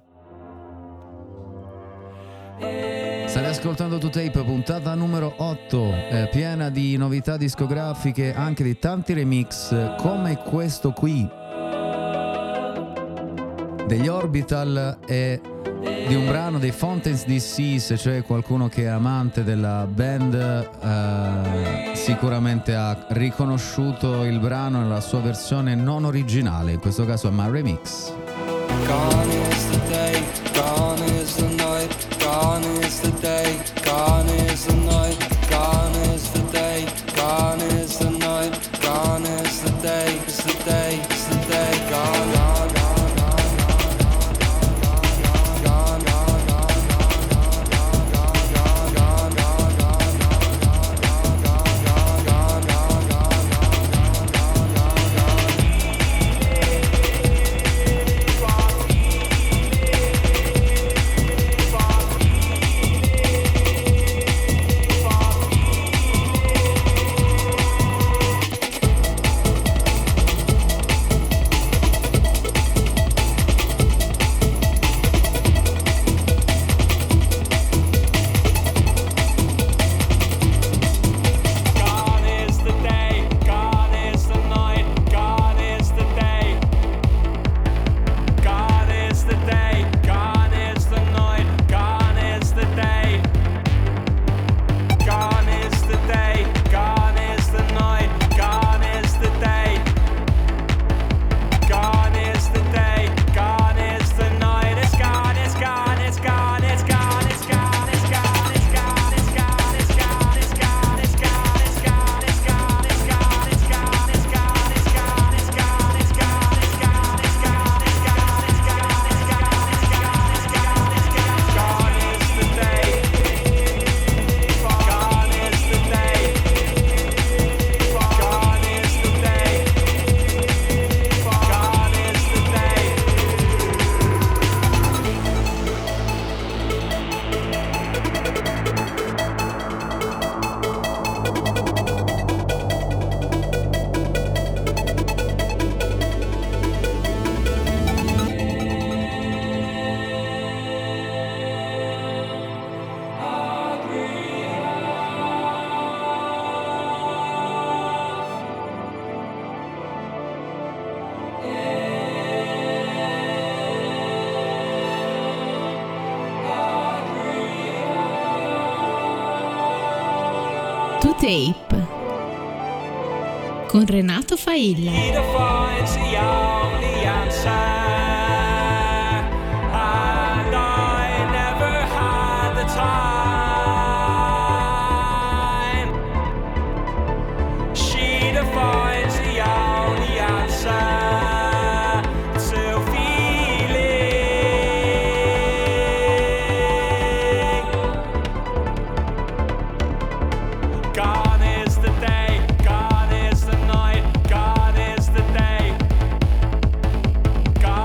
Stai ascoltando 2Tape, puntata numero 8, piena di novità discografiche, anche di tanti remix come questo qui degli Orbital e di un brano dei Fountains DC. Se c'è qualcuno che è amante della band sicuramente ha riconosciuto il brano nella sua versione non originale, in questo caso è My Remix. Gone is the day, gone is the night, gone is the day, gone is the night, gone is the day, gone is the night, gone is the day, it's the day, it's the day, gone, gone, gone. Tape con Renato Failla. God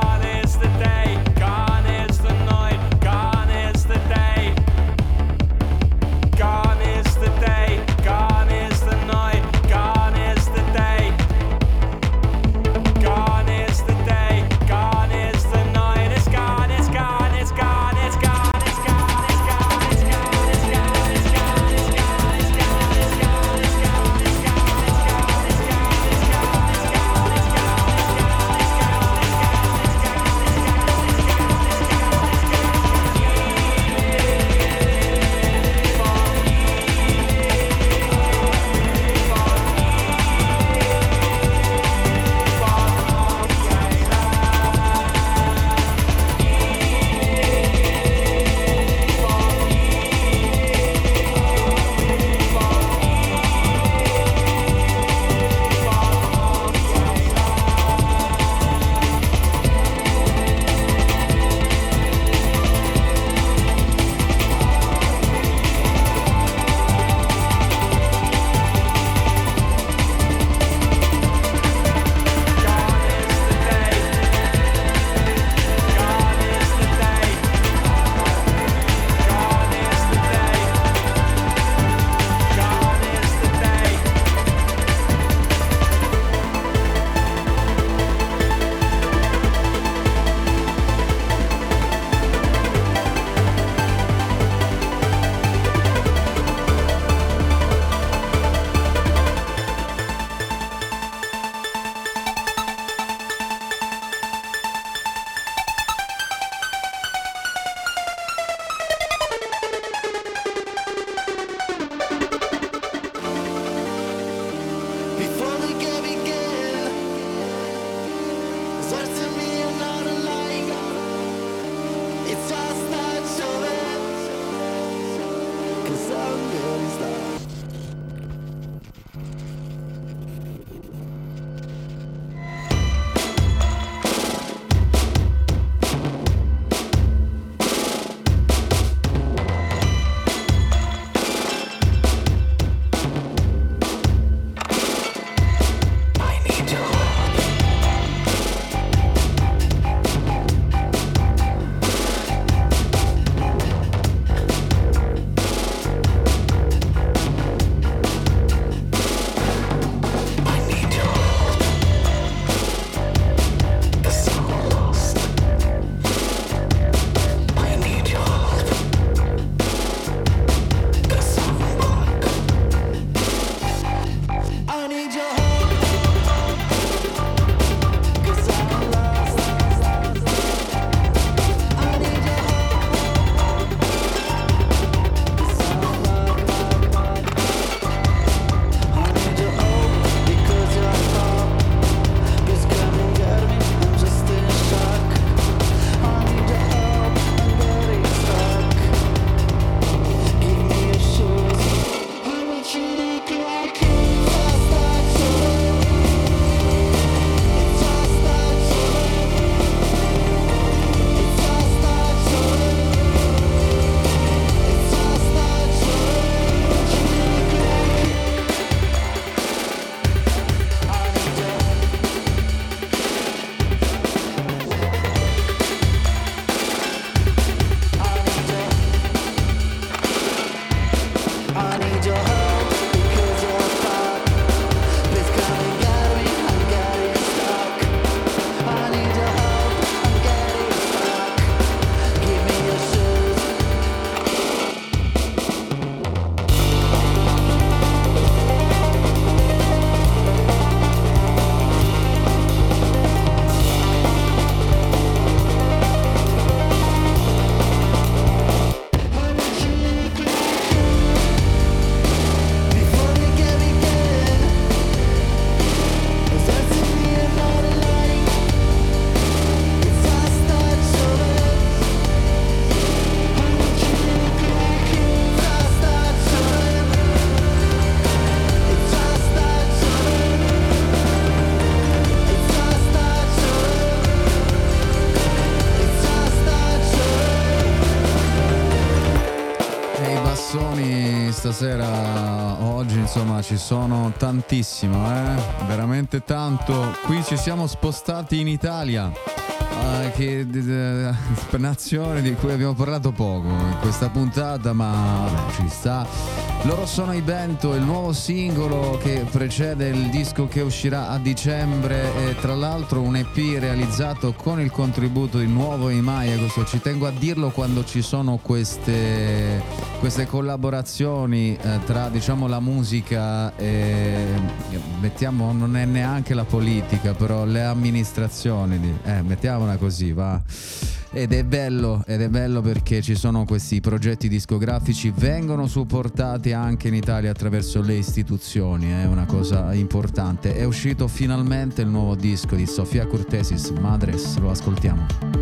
stasera, oggi insomma ci sono tantissimo, veramente tanto. Qui ci siamo spostati in Italia, che nazione di cui abbiamo parlato poco in questa puntata, ma vabbè, ci sta. Loro sono i Bento, il nuovo singolo che precede il disco che uscirà a dicembre, e tra l'altro un EP realizzato con il contributo di Nuovo Imaia. Questo ci tengo a dirlo quando ci sono queste collaborazioni tra, diciamo, la musica e mettiamo, non è neanche la politica, però le amministrazioni mettiamola così, va. Ed è bello perché ci sono questi progetti discografici, vengono supportati anche in Italia attraverso le istituzioni, è una cosa importante. È uscito finalmente il nuovo disco di Sofia Curtesis, Madres, lo ascoltiamo.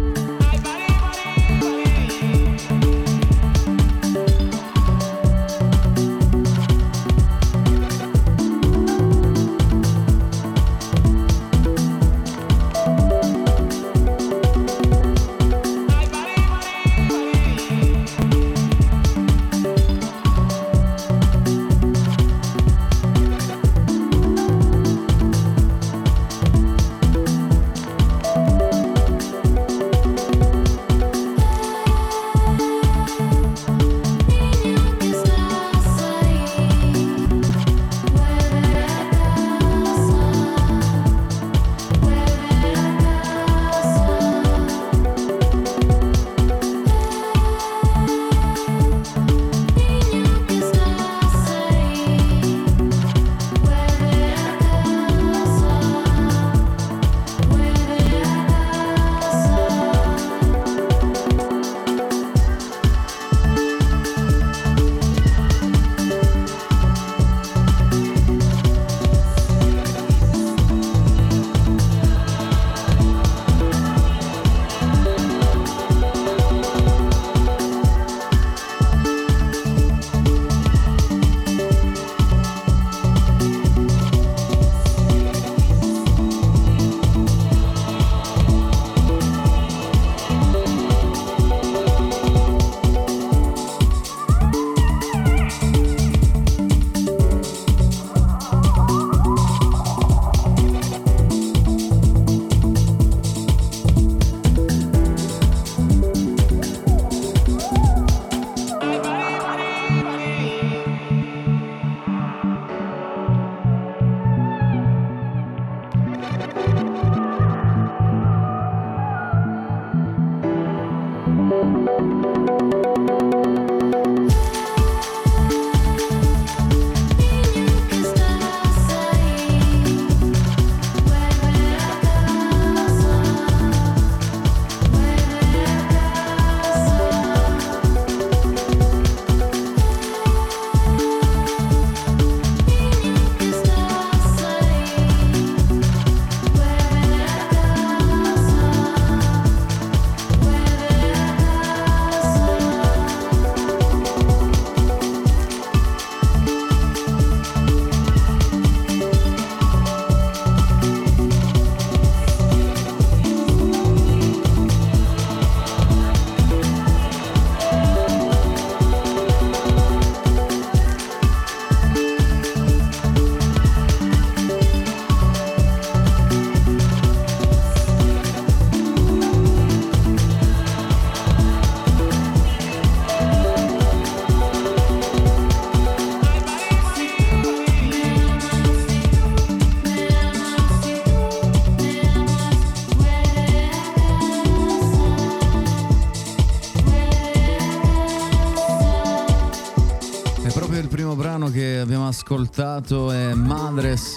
Ascoltato è Madres,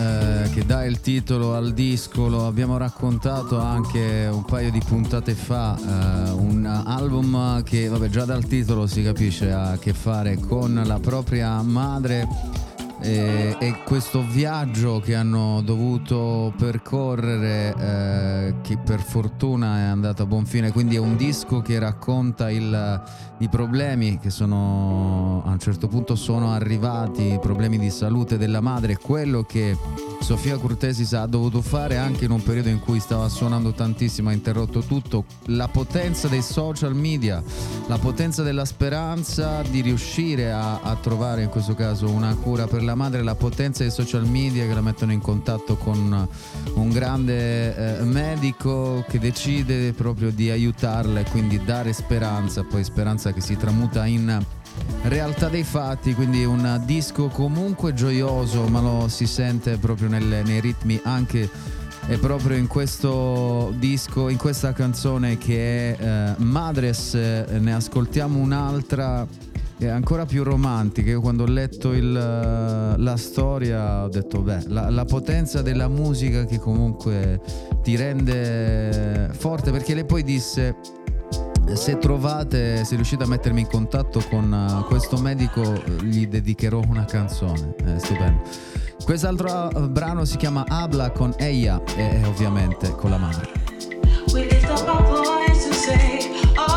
che dà il titolo al disco. Lo abbiamo raccontato anche un paio di puntate fa, un album che, vabbè, già dal titolo si capisce ha a che fare con la propria madre. e questo viaggio che hanno dovuto percorrere, che per fortuna è andato a buon fine. Quindi è un disco che racconta i problemi che sono a un certo punto sono arrivati, i problemi di salute della madre, quello che Sofia Cortesis ha dovuto fare anche in un periodo in cui stava suonando tantissimo, ha interrotto tutto. La potenza dei social media, la potenza della speranza di riuscire a trovare in questo caso una cura per la madre, la potenza dei social media che la mettono in contatto con un grande medico che decide proprio di aiutarla e quindi dare speranza, poi speranza che si tramuta in realtà dei fatti. Quindi un disco comunque gioioso, ma lo si sente proprio nei ritmi anche e proprio in questo disco, in questa canzone che è Madres. Ne ascoltiamo un'altra ancora più romantica. Io quando ho letto la storia ho detto la potenza della musica che comunque ti rende forte, perché lei poi disse: se riuscite a mettermi in contatto con questo medico, gli dedicherò una canzone. Stupendo. Quest'altro brano si chiama Habla con ella e ovviamente con la madre. We lift up our voice to say,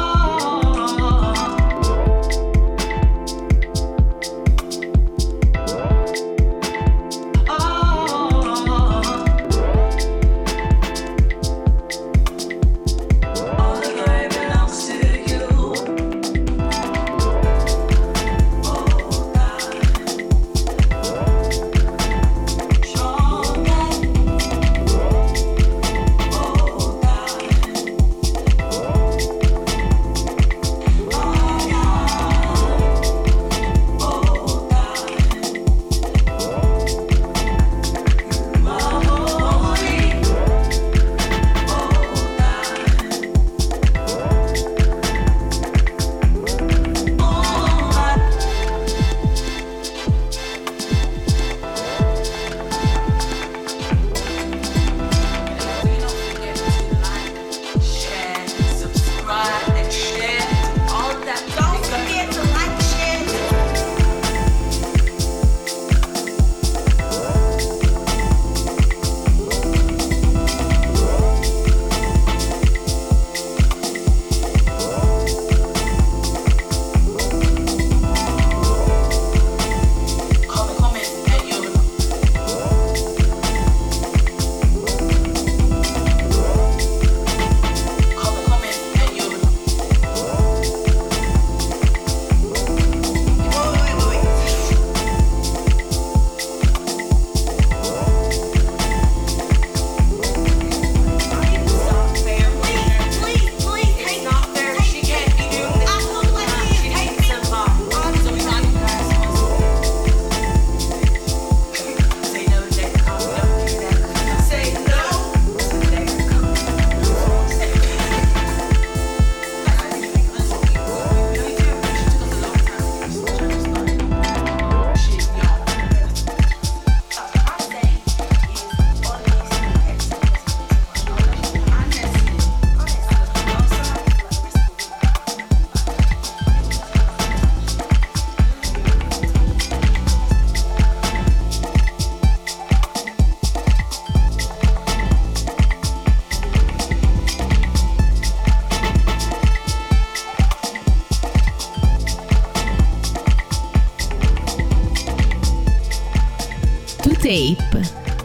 Tape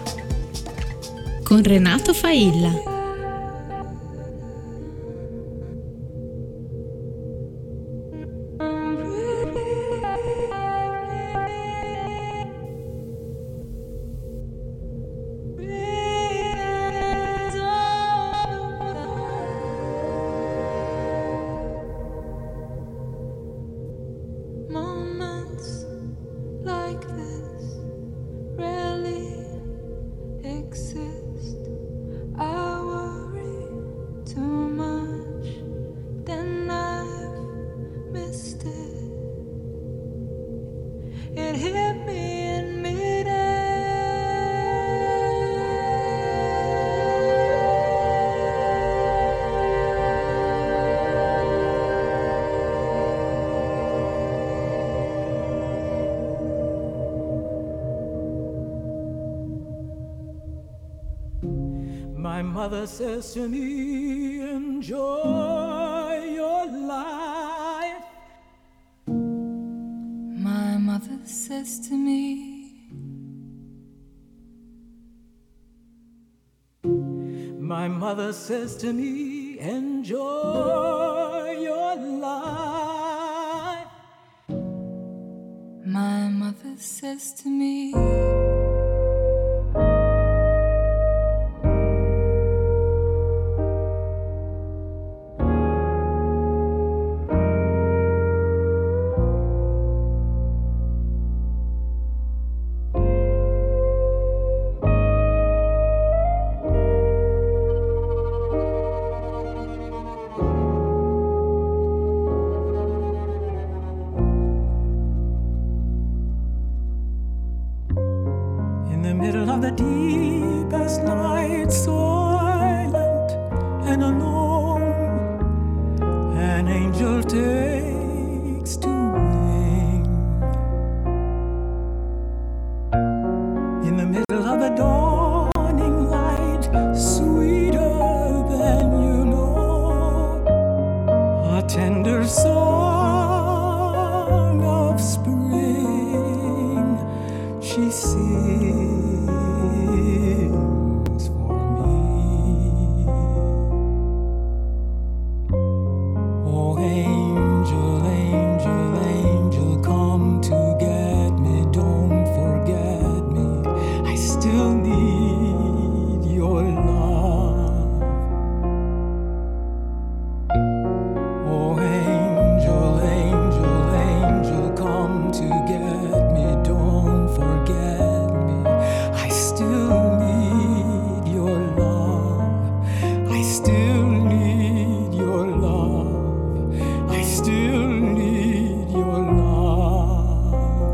con Renato Failla. moments like this rarely exist. I My mother says to me, enjoy your life. My mother says to me, my mother says to me, enjoy your life. my mother says to me, in the middle of the deepest night, silent and alone, an angel takes to wing. In the middle of the dawning light, sweeter than you know, a tender song of spring she sings for me. Oh, angel, angel, angel, come to get me, don't forget me, I still need your love. Oh, angel, angel, angel, come to get me, don't forget me, I still need your love. I still need your love. I still need your love.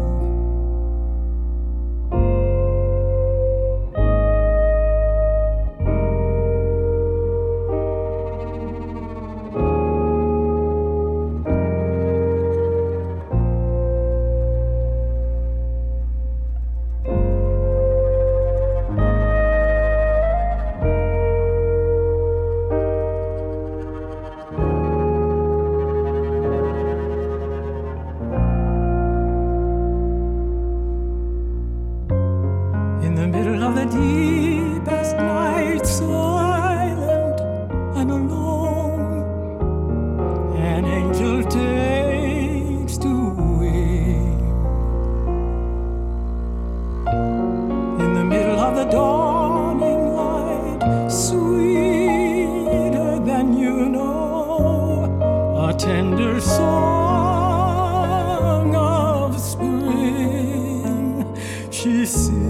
In the middle of the deepest night, silent and alone, an angel takes to wing. In the middle of the dawning light, sweeter than you know, a tender song of spring she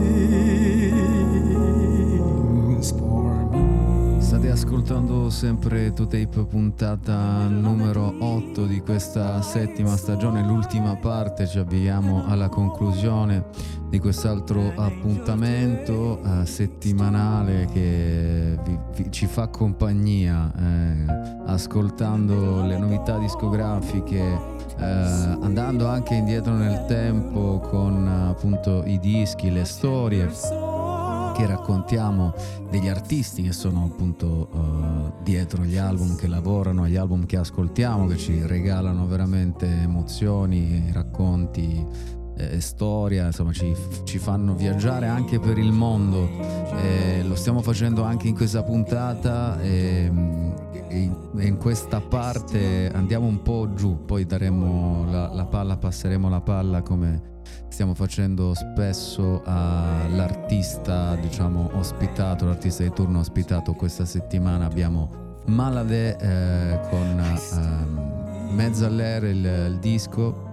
sings for me. State ascoltando sempre 2Tape, puntata numero 8 di questa settima stagione, l'ultima parte. Ci avviamo alla conclusione di quest'altro appuntamento settimanale che ci fa compagnia, ascoltando le novità discografiche, andando anche indietro nel tempo con appunto i dischi, le storie che raccontiamo degli artisti che sono appunto dietro gli album, che lavorano, gli album che ascoltiamo, che ci regalano veramente emozioni, racconti, storia, insomma ci fanno viaggiare anche per il mondo. Lo stiamo facendo anche in questa puntata e in questa parte andiamo un po' giù, poi daremo la palla, passeremo la palla come stiamo facendo spesso all'artista, diciamo, ospitato, l'artista di turno ospitato. Questa settimana abbiamo Malade con Mezzo all'aereo, il disco,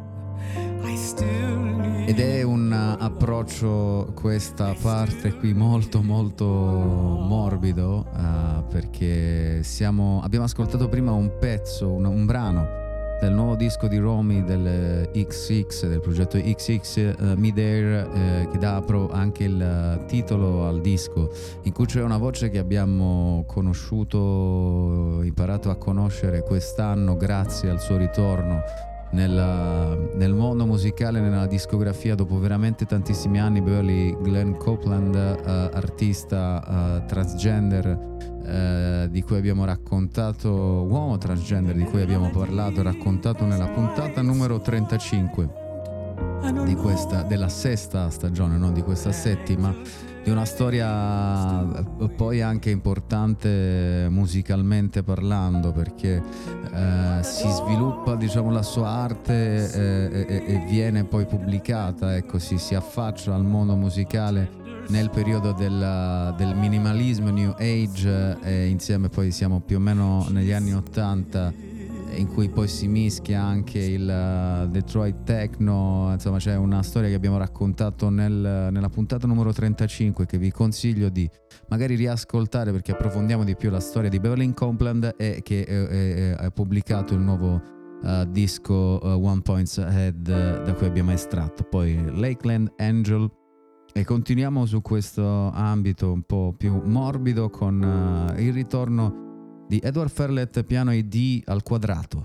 ed è un approccio, questa parte qui, molto molto morbido, perché abbiamo ascoltato prima un pezzo, un brano del nuovo disco di Romy, del XX, del progetto XX Midair, che dà anche il titolo al disco, in cui c'è una voce che abbiamo conosciuto, imparato a conoscere quest'anno grazie al suo ritorno nel mondo musicale, nella discografia, dopo veramente tantissimi anni. Burley Glenn Copeland, artista transgender, di cui abbiamo raccontato, uomo transgender di cui abbiamo parlato e raccontato nella puntata numero 35 della sesta stagione, non di questa settima, di una storia poi anche importante musicalmente parlando, perché si sviluppa, diciamo, la sua arte e viene poi pubblicata, ecco, si affaccia al mondo musicale nel periodo del minimalismo, New Age, e insieme poi siamo più o meno negli anni 80, in cui poi si mischia anche il Detroit Techno. Insomma, c'è una storia che abbiamo raccontato nella puntata numero 35, che vi consiglio di magari riascoltare, perché approfondiamo di più la storia di Beverly Copeland, e che è pubblicato il nuovo disco One Points Ahead, da cui abbiamo estratto poi Lakeland Angel. E continuiamo su questo ambito un po' più morbido con il ritorno di Edward Ferlet, piano e D al quadrato.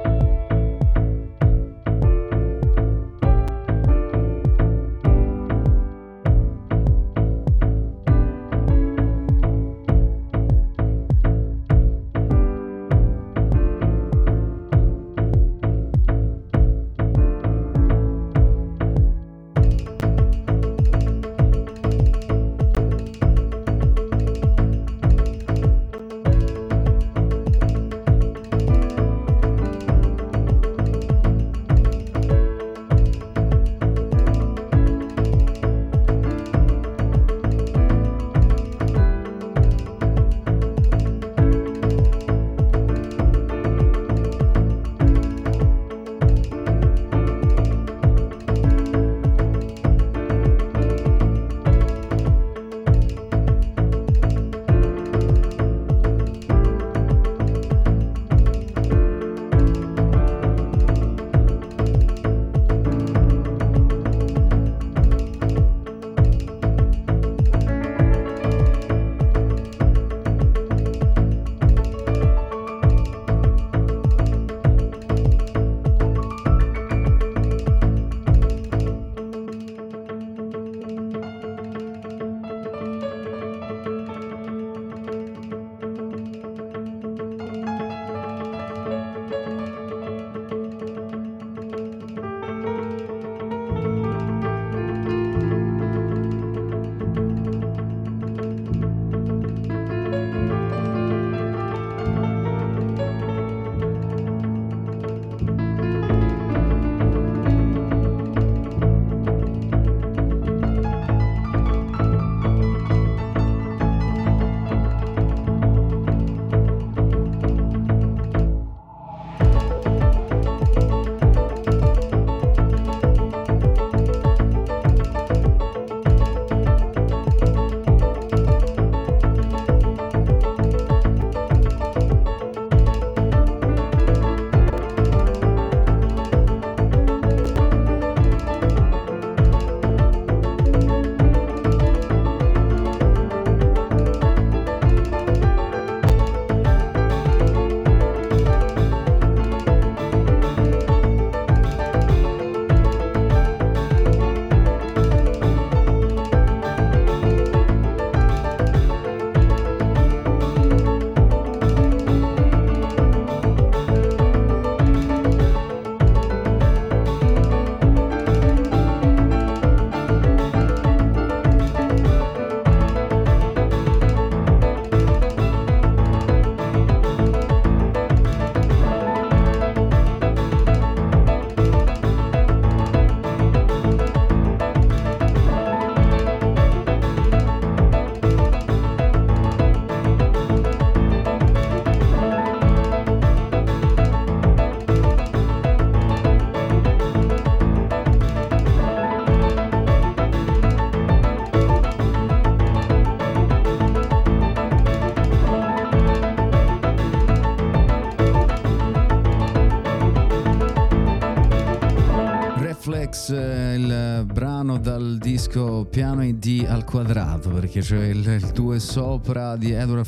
Reflex, il brano dal disco Piano in D al quadrato, perché c'è il due sopra di Edward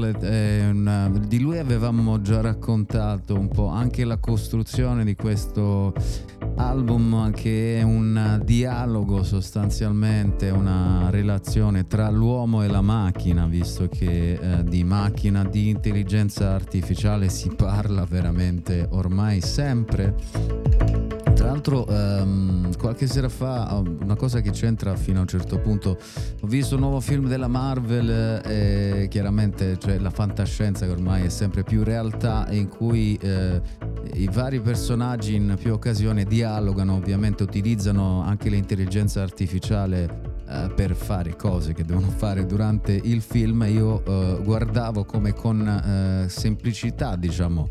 Ferlet. Di lui avevamo già raccontato un po' anche la costruzione di questo album che è un dialogo, sostanzialmente una relazione tra l'uomo e la macchina, visto che di macchina, di intelligenza artificiale si parla veramente ormai sempre. Tra l'altro qualche sera fa, una cosa che c'entra fino a un certo punto, ho visto un nuovo film della Marvel e chiaramente cioè, la fantascienza che ormai è sempre più realtà, in cui i vari personaggi in più occasioni dialogano, ovviamente utilizzano anche l'intelligenza artificiale per fare cose che devono fare durante il film. Io guardavo come con semplicità, diciamo,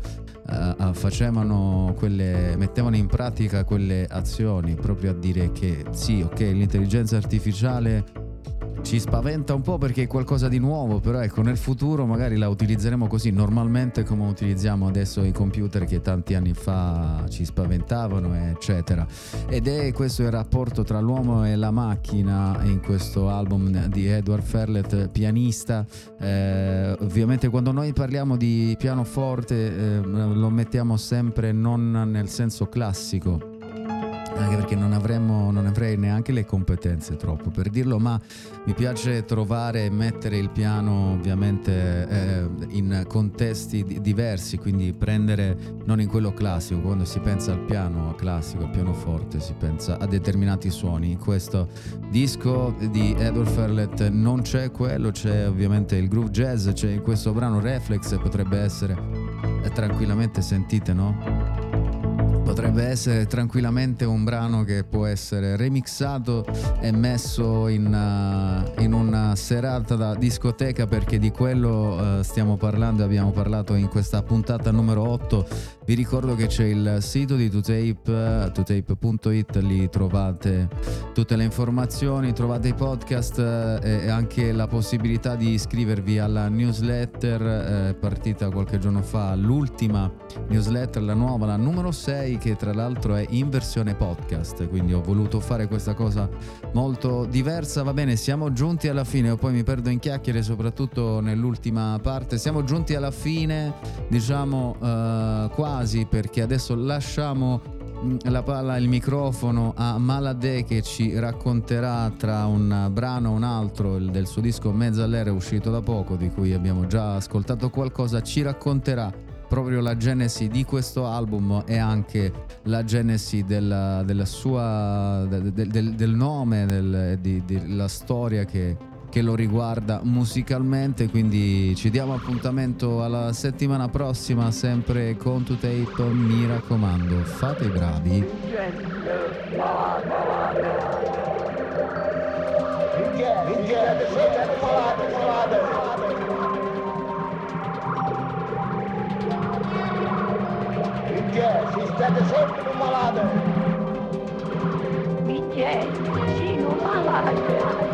mettevano in pratica quelle azioni, proprio a dire che sì, ok, l'intelligenza artificiale ci spaventa un po' perché è qualcosa di nuovo, però ecco, nel futuro magari la utilizzeremo così normalmente come utilizziamo adesso i computer che tanti anni fa ci spaventavano, eccetera. Ed è questo il rapporto tra l'uomo e la macchina in questo album di Edward Ferlet, pianista. Ovviamente quando noi parliamo di pianoforte lo mettiamo sempre non nel senso classico, anche perché non avrei neanche le competenze troppo per dirlo, ma mi piace trovare e mettere il piano ovviamente in contesti diversi, quindi prendere non in quello classico. Quando si pensa al piano classico, al pianoforte, si pensa a determinati suoni. In questo disco di Edward Ferlet non c'è quello, c'è ovviamente il groove jazz, c'è in questo brano Reflex, potrebbe essere tranquillamente, sentite, no? Potrebbe essere tranquillamente un brano che può essere remixato e messo in una serata da discoteca, perché di quello stiamo parlando e abbiamo parlato in questa puntata numero 8. Vi ricordo che c'è il sito di 2tape.it, lì trovate tutte le informazioni, trovate i podcast e anche la possibilità di iscrivervi alla newsletter partita qualche giorno fa, l'ultima newsletter, la nuova, la numero 6, che tra l'altro è in versione podcast, quindi ho voluto fare questa cosa molto diversa. Va bene, siamo giunti alla fine, o poi mi perdo in chiacchiere soprattutto nell'ultima parte. Siamo giunti alla fine, diciamo quasi, perché adesso lasciamo la palla, il microfono a Maladé, che ci racconterà tra un brano e un altro del suo disco Mezza all'era, uscito da poco, di cui abbiamo già ascoltato qualcosa. Ci racconterà proprio la genesi di questo album e anche la genesi della sua del nome, della storia che lo riguarda musicalmente. Quindi ci diamo appuntamento alla settimana prossima, sempre con 2Tape. Mi raccomando, fate i bravi. Si state sempre malate. Michele, sono malate.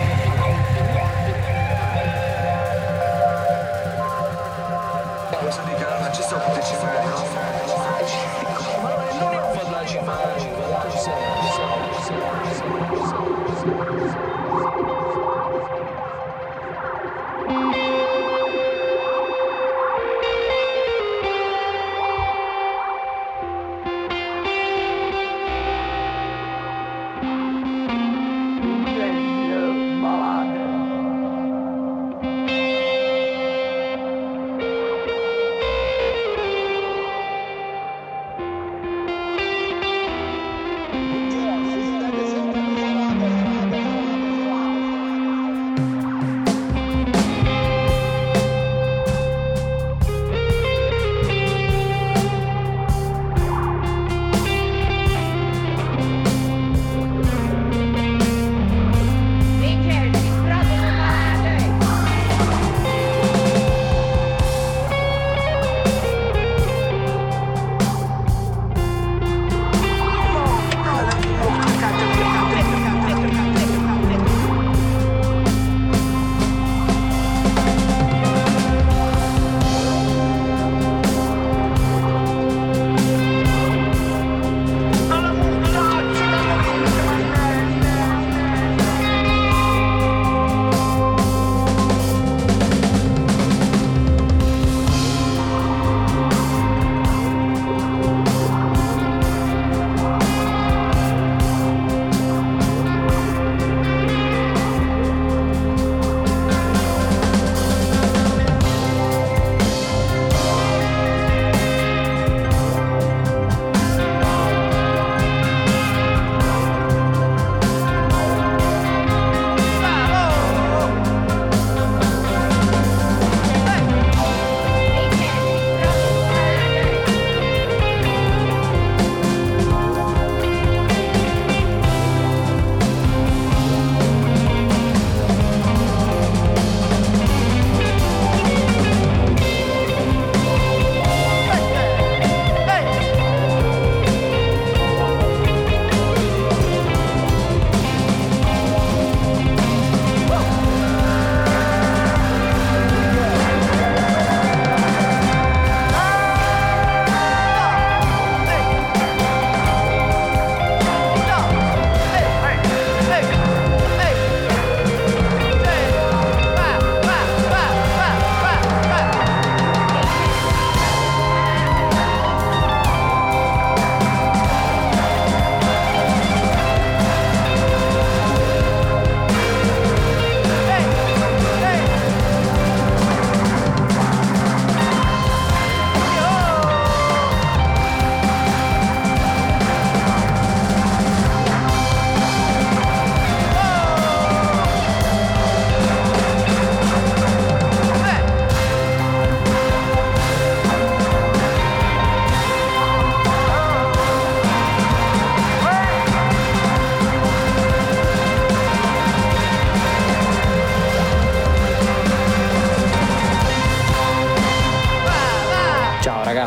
Listen to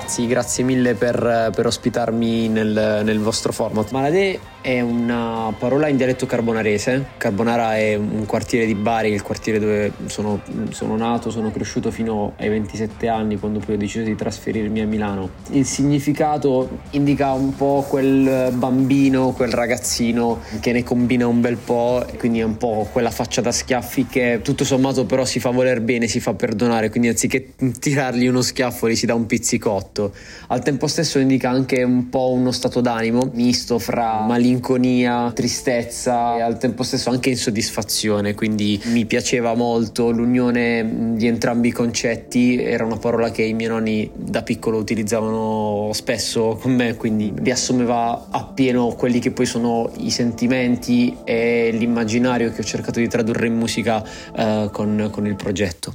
ragazzi, grazie mille per ospitarmi nel vostro format. Maladè è una parola in dialetto carbonarese. Carbonara è un quartiere di Bari, il quartiere dove sono nato, sono cresciuto fino ai 27 anni, quando poi ho deciso di trasferirmi a Milano. Il significato indica un po' quel bambino, quel ragazzino che ne combina un bel po', quindi è un po' quella faccia da schiaffi che tutto sommato però si fa voler bene, si fa perdonare, quindi anziché tirargli uno schiaffo gli si dà un pizzicotto. Al tempo stesso indica anche un po' uno stato d'animo misto fra malinconia, tristezza e al tempo stesso anche insoddisfazione, quindi mi piaceva molto l'unione di entrambi i concetti. Era una parola che i miei nonni da piccolo utilizzavano spesso con me, quindi riassumeva appieno quelli che poi sono i sentimenti e l'immaginario che ho cercato di tradurre in musica con il progetto.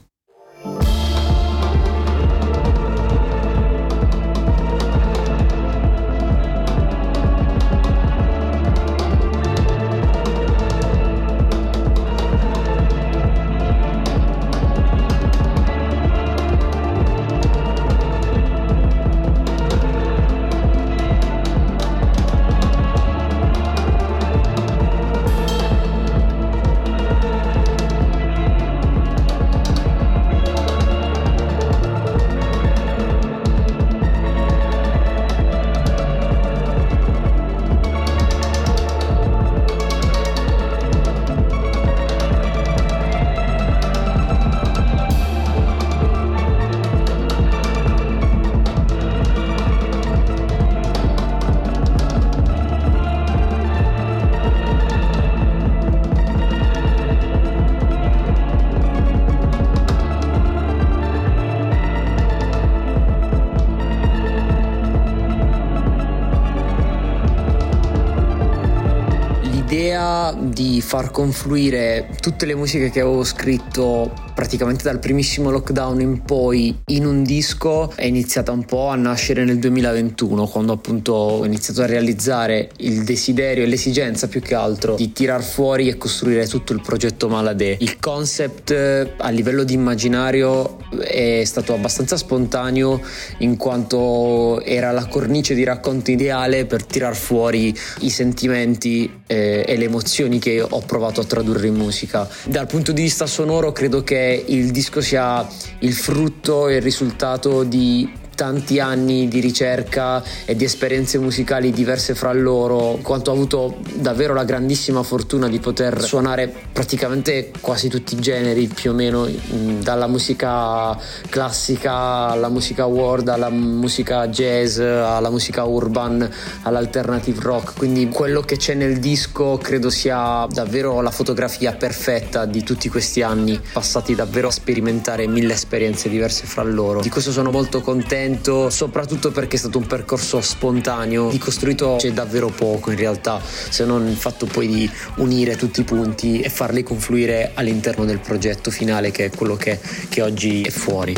Di far confluire tutte le musiche che avevo scritto praticamente dal primissimo lockdown in poi in un disco è iniziata un po' a nascere nel 2021, quando appunto ho iniziato a realizzare il desiderio e l'esigenza più che altro di tirar fuori e costruire tutto il progetto Maladè. Il concept a livello di immaginario è stato abbastanza spontaneo, in quanto era la cornice di racconto ideale per tirar fuori i sentimenti e le emozioni che ho provato a tradurre in musica. Dal punto di vista sonoro credo che il disco sia il frutto e il risultato di tanti anni di ricerca e di esperienze musicali diverse fra loro, quanto ho avuto davvero la grandissima fortuna di poter suonare praticamente quasi tutti i generi, più o meno, dalla musica classica alla musica world, alla musica jazz, alla musica urban, all'alternative rock. Quindi quello che c'è nel disco credo sia davvero la fotografia perfetta di tutti questi anni passati davvero a sperimentare 1000 esperienze diverse fra loro. Di questo sono molto contento, soprattutto perché è stato un percorso spontaneo. Di costruito c'è davvero poco in realtà, se non il fatto poi di unire tutti i punti e farli confluire all'interno del progetto finale, che è quello che oggi è fuori.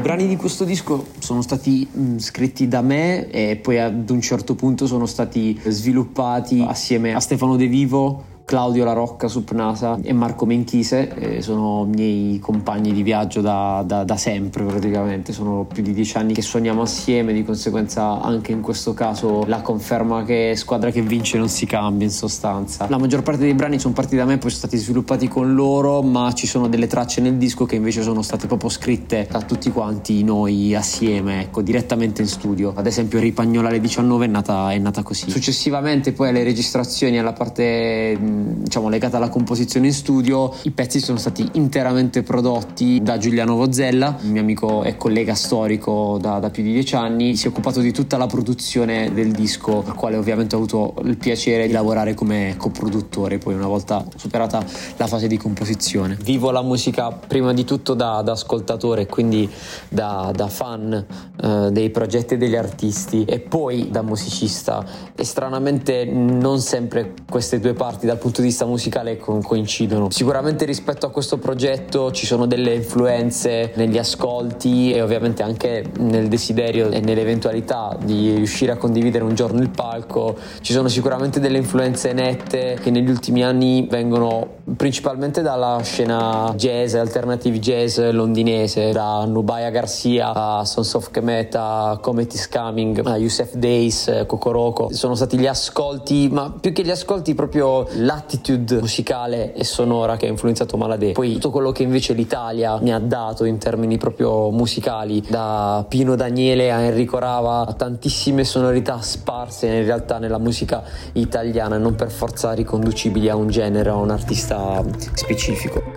brani di questo disco sono stati scritti da me e poi ad un certo punto sono stati sviluppati assieme a Stefano De Vivo, Claudio La Rocca Supnasa e Marco Menchise. Sono miei compagni di viaggio da sempre, praticamente sono più di 10 anni che suoniamo assieme, di conseguenza anche in questo caso la conferma che squadra che vince non si cambia, in sostanza. La maggior parte dei brani sono partiti da me, poi sono stati sviluppati con loro, ma ci sono delle tracce nel disco che invece sono state proprio scritte da tutti quanti noi assieme, ecco, direttamente in studio. Ad esempio Ripagnola alle 19 è nata così. Successivamente poi alle registrazioni, alla parte diciamo legata alla composizione in studio, i pezzi sono stati interamente prodotti da Giuliano Vozzella, mio amico e collega storico da più di 10 anni. Si è occupato di tutta la produzione del disco, al quale ovviamente ho avuto il piacere di lavorare come coproduttore poi una volta superata la fase di composizione. Vivo la musica prima di tutto da ascoltatore, quindi da fan dei progetti e degli artisti, e poi da musicista, e stranamente non sempre queste due parti dal punto di vista musicale coincidono. Sicuramente rispetto a questo progetto ci sono delle influenze negli ascolti e ovviamente anche nel desiderio e nell'eventualità di riuscire a condividere un giorno il palco. Ci sono sicuramente delle influenze nette che negli ultimi anni vengono principalmente dalla scena jazz, alternative jazz londinese, da Nubia Garcia a Sons of Kemet, a Comet is Coming, a Youssef Days, Kokoroko. Sono stati gli ascolti, ma più che gli ascolti proprio l'attitude musicale e sonora che ha influenzato Maladé. Poi tutto quello che invece l'Italia mi ha dato in termini proprio musicali, da Pino Daniele a Enrico Rava, a tantissime sonorità sparse in realtà nella musica italiana, non per forza riconducibili a un genere o a un artista specifico.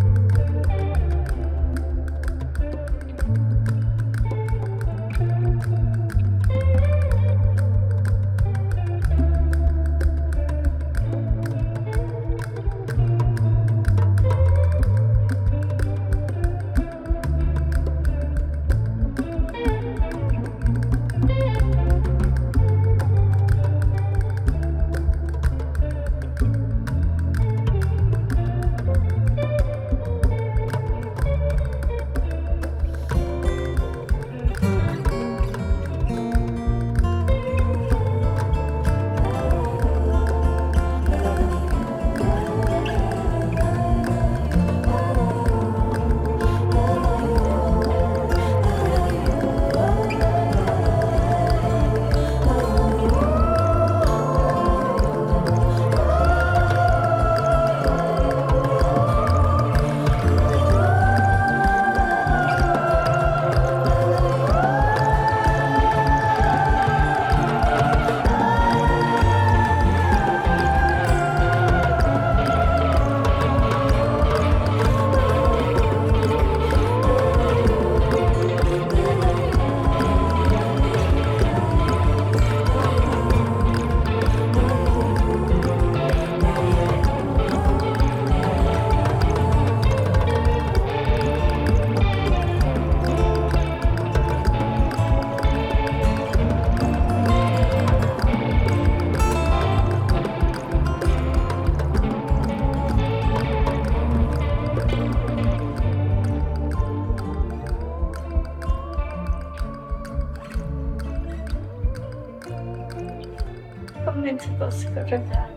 Commento posso ricordare,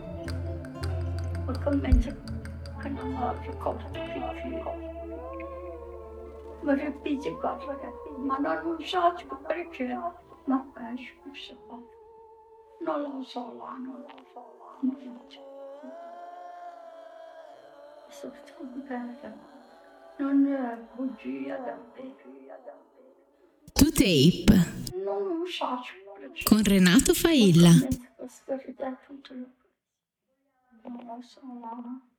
ma commento che non ho ricordato più. Mi ripete cose, ma non so perché, ma scusa, non lo so, non lo so. Non è bugia da me. To Tape Non so perché. con Renato Failla. Non lo so.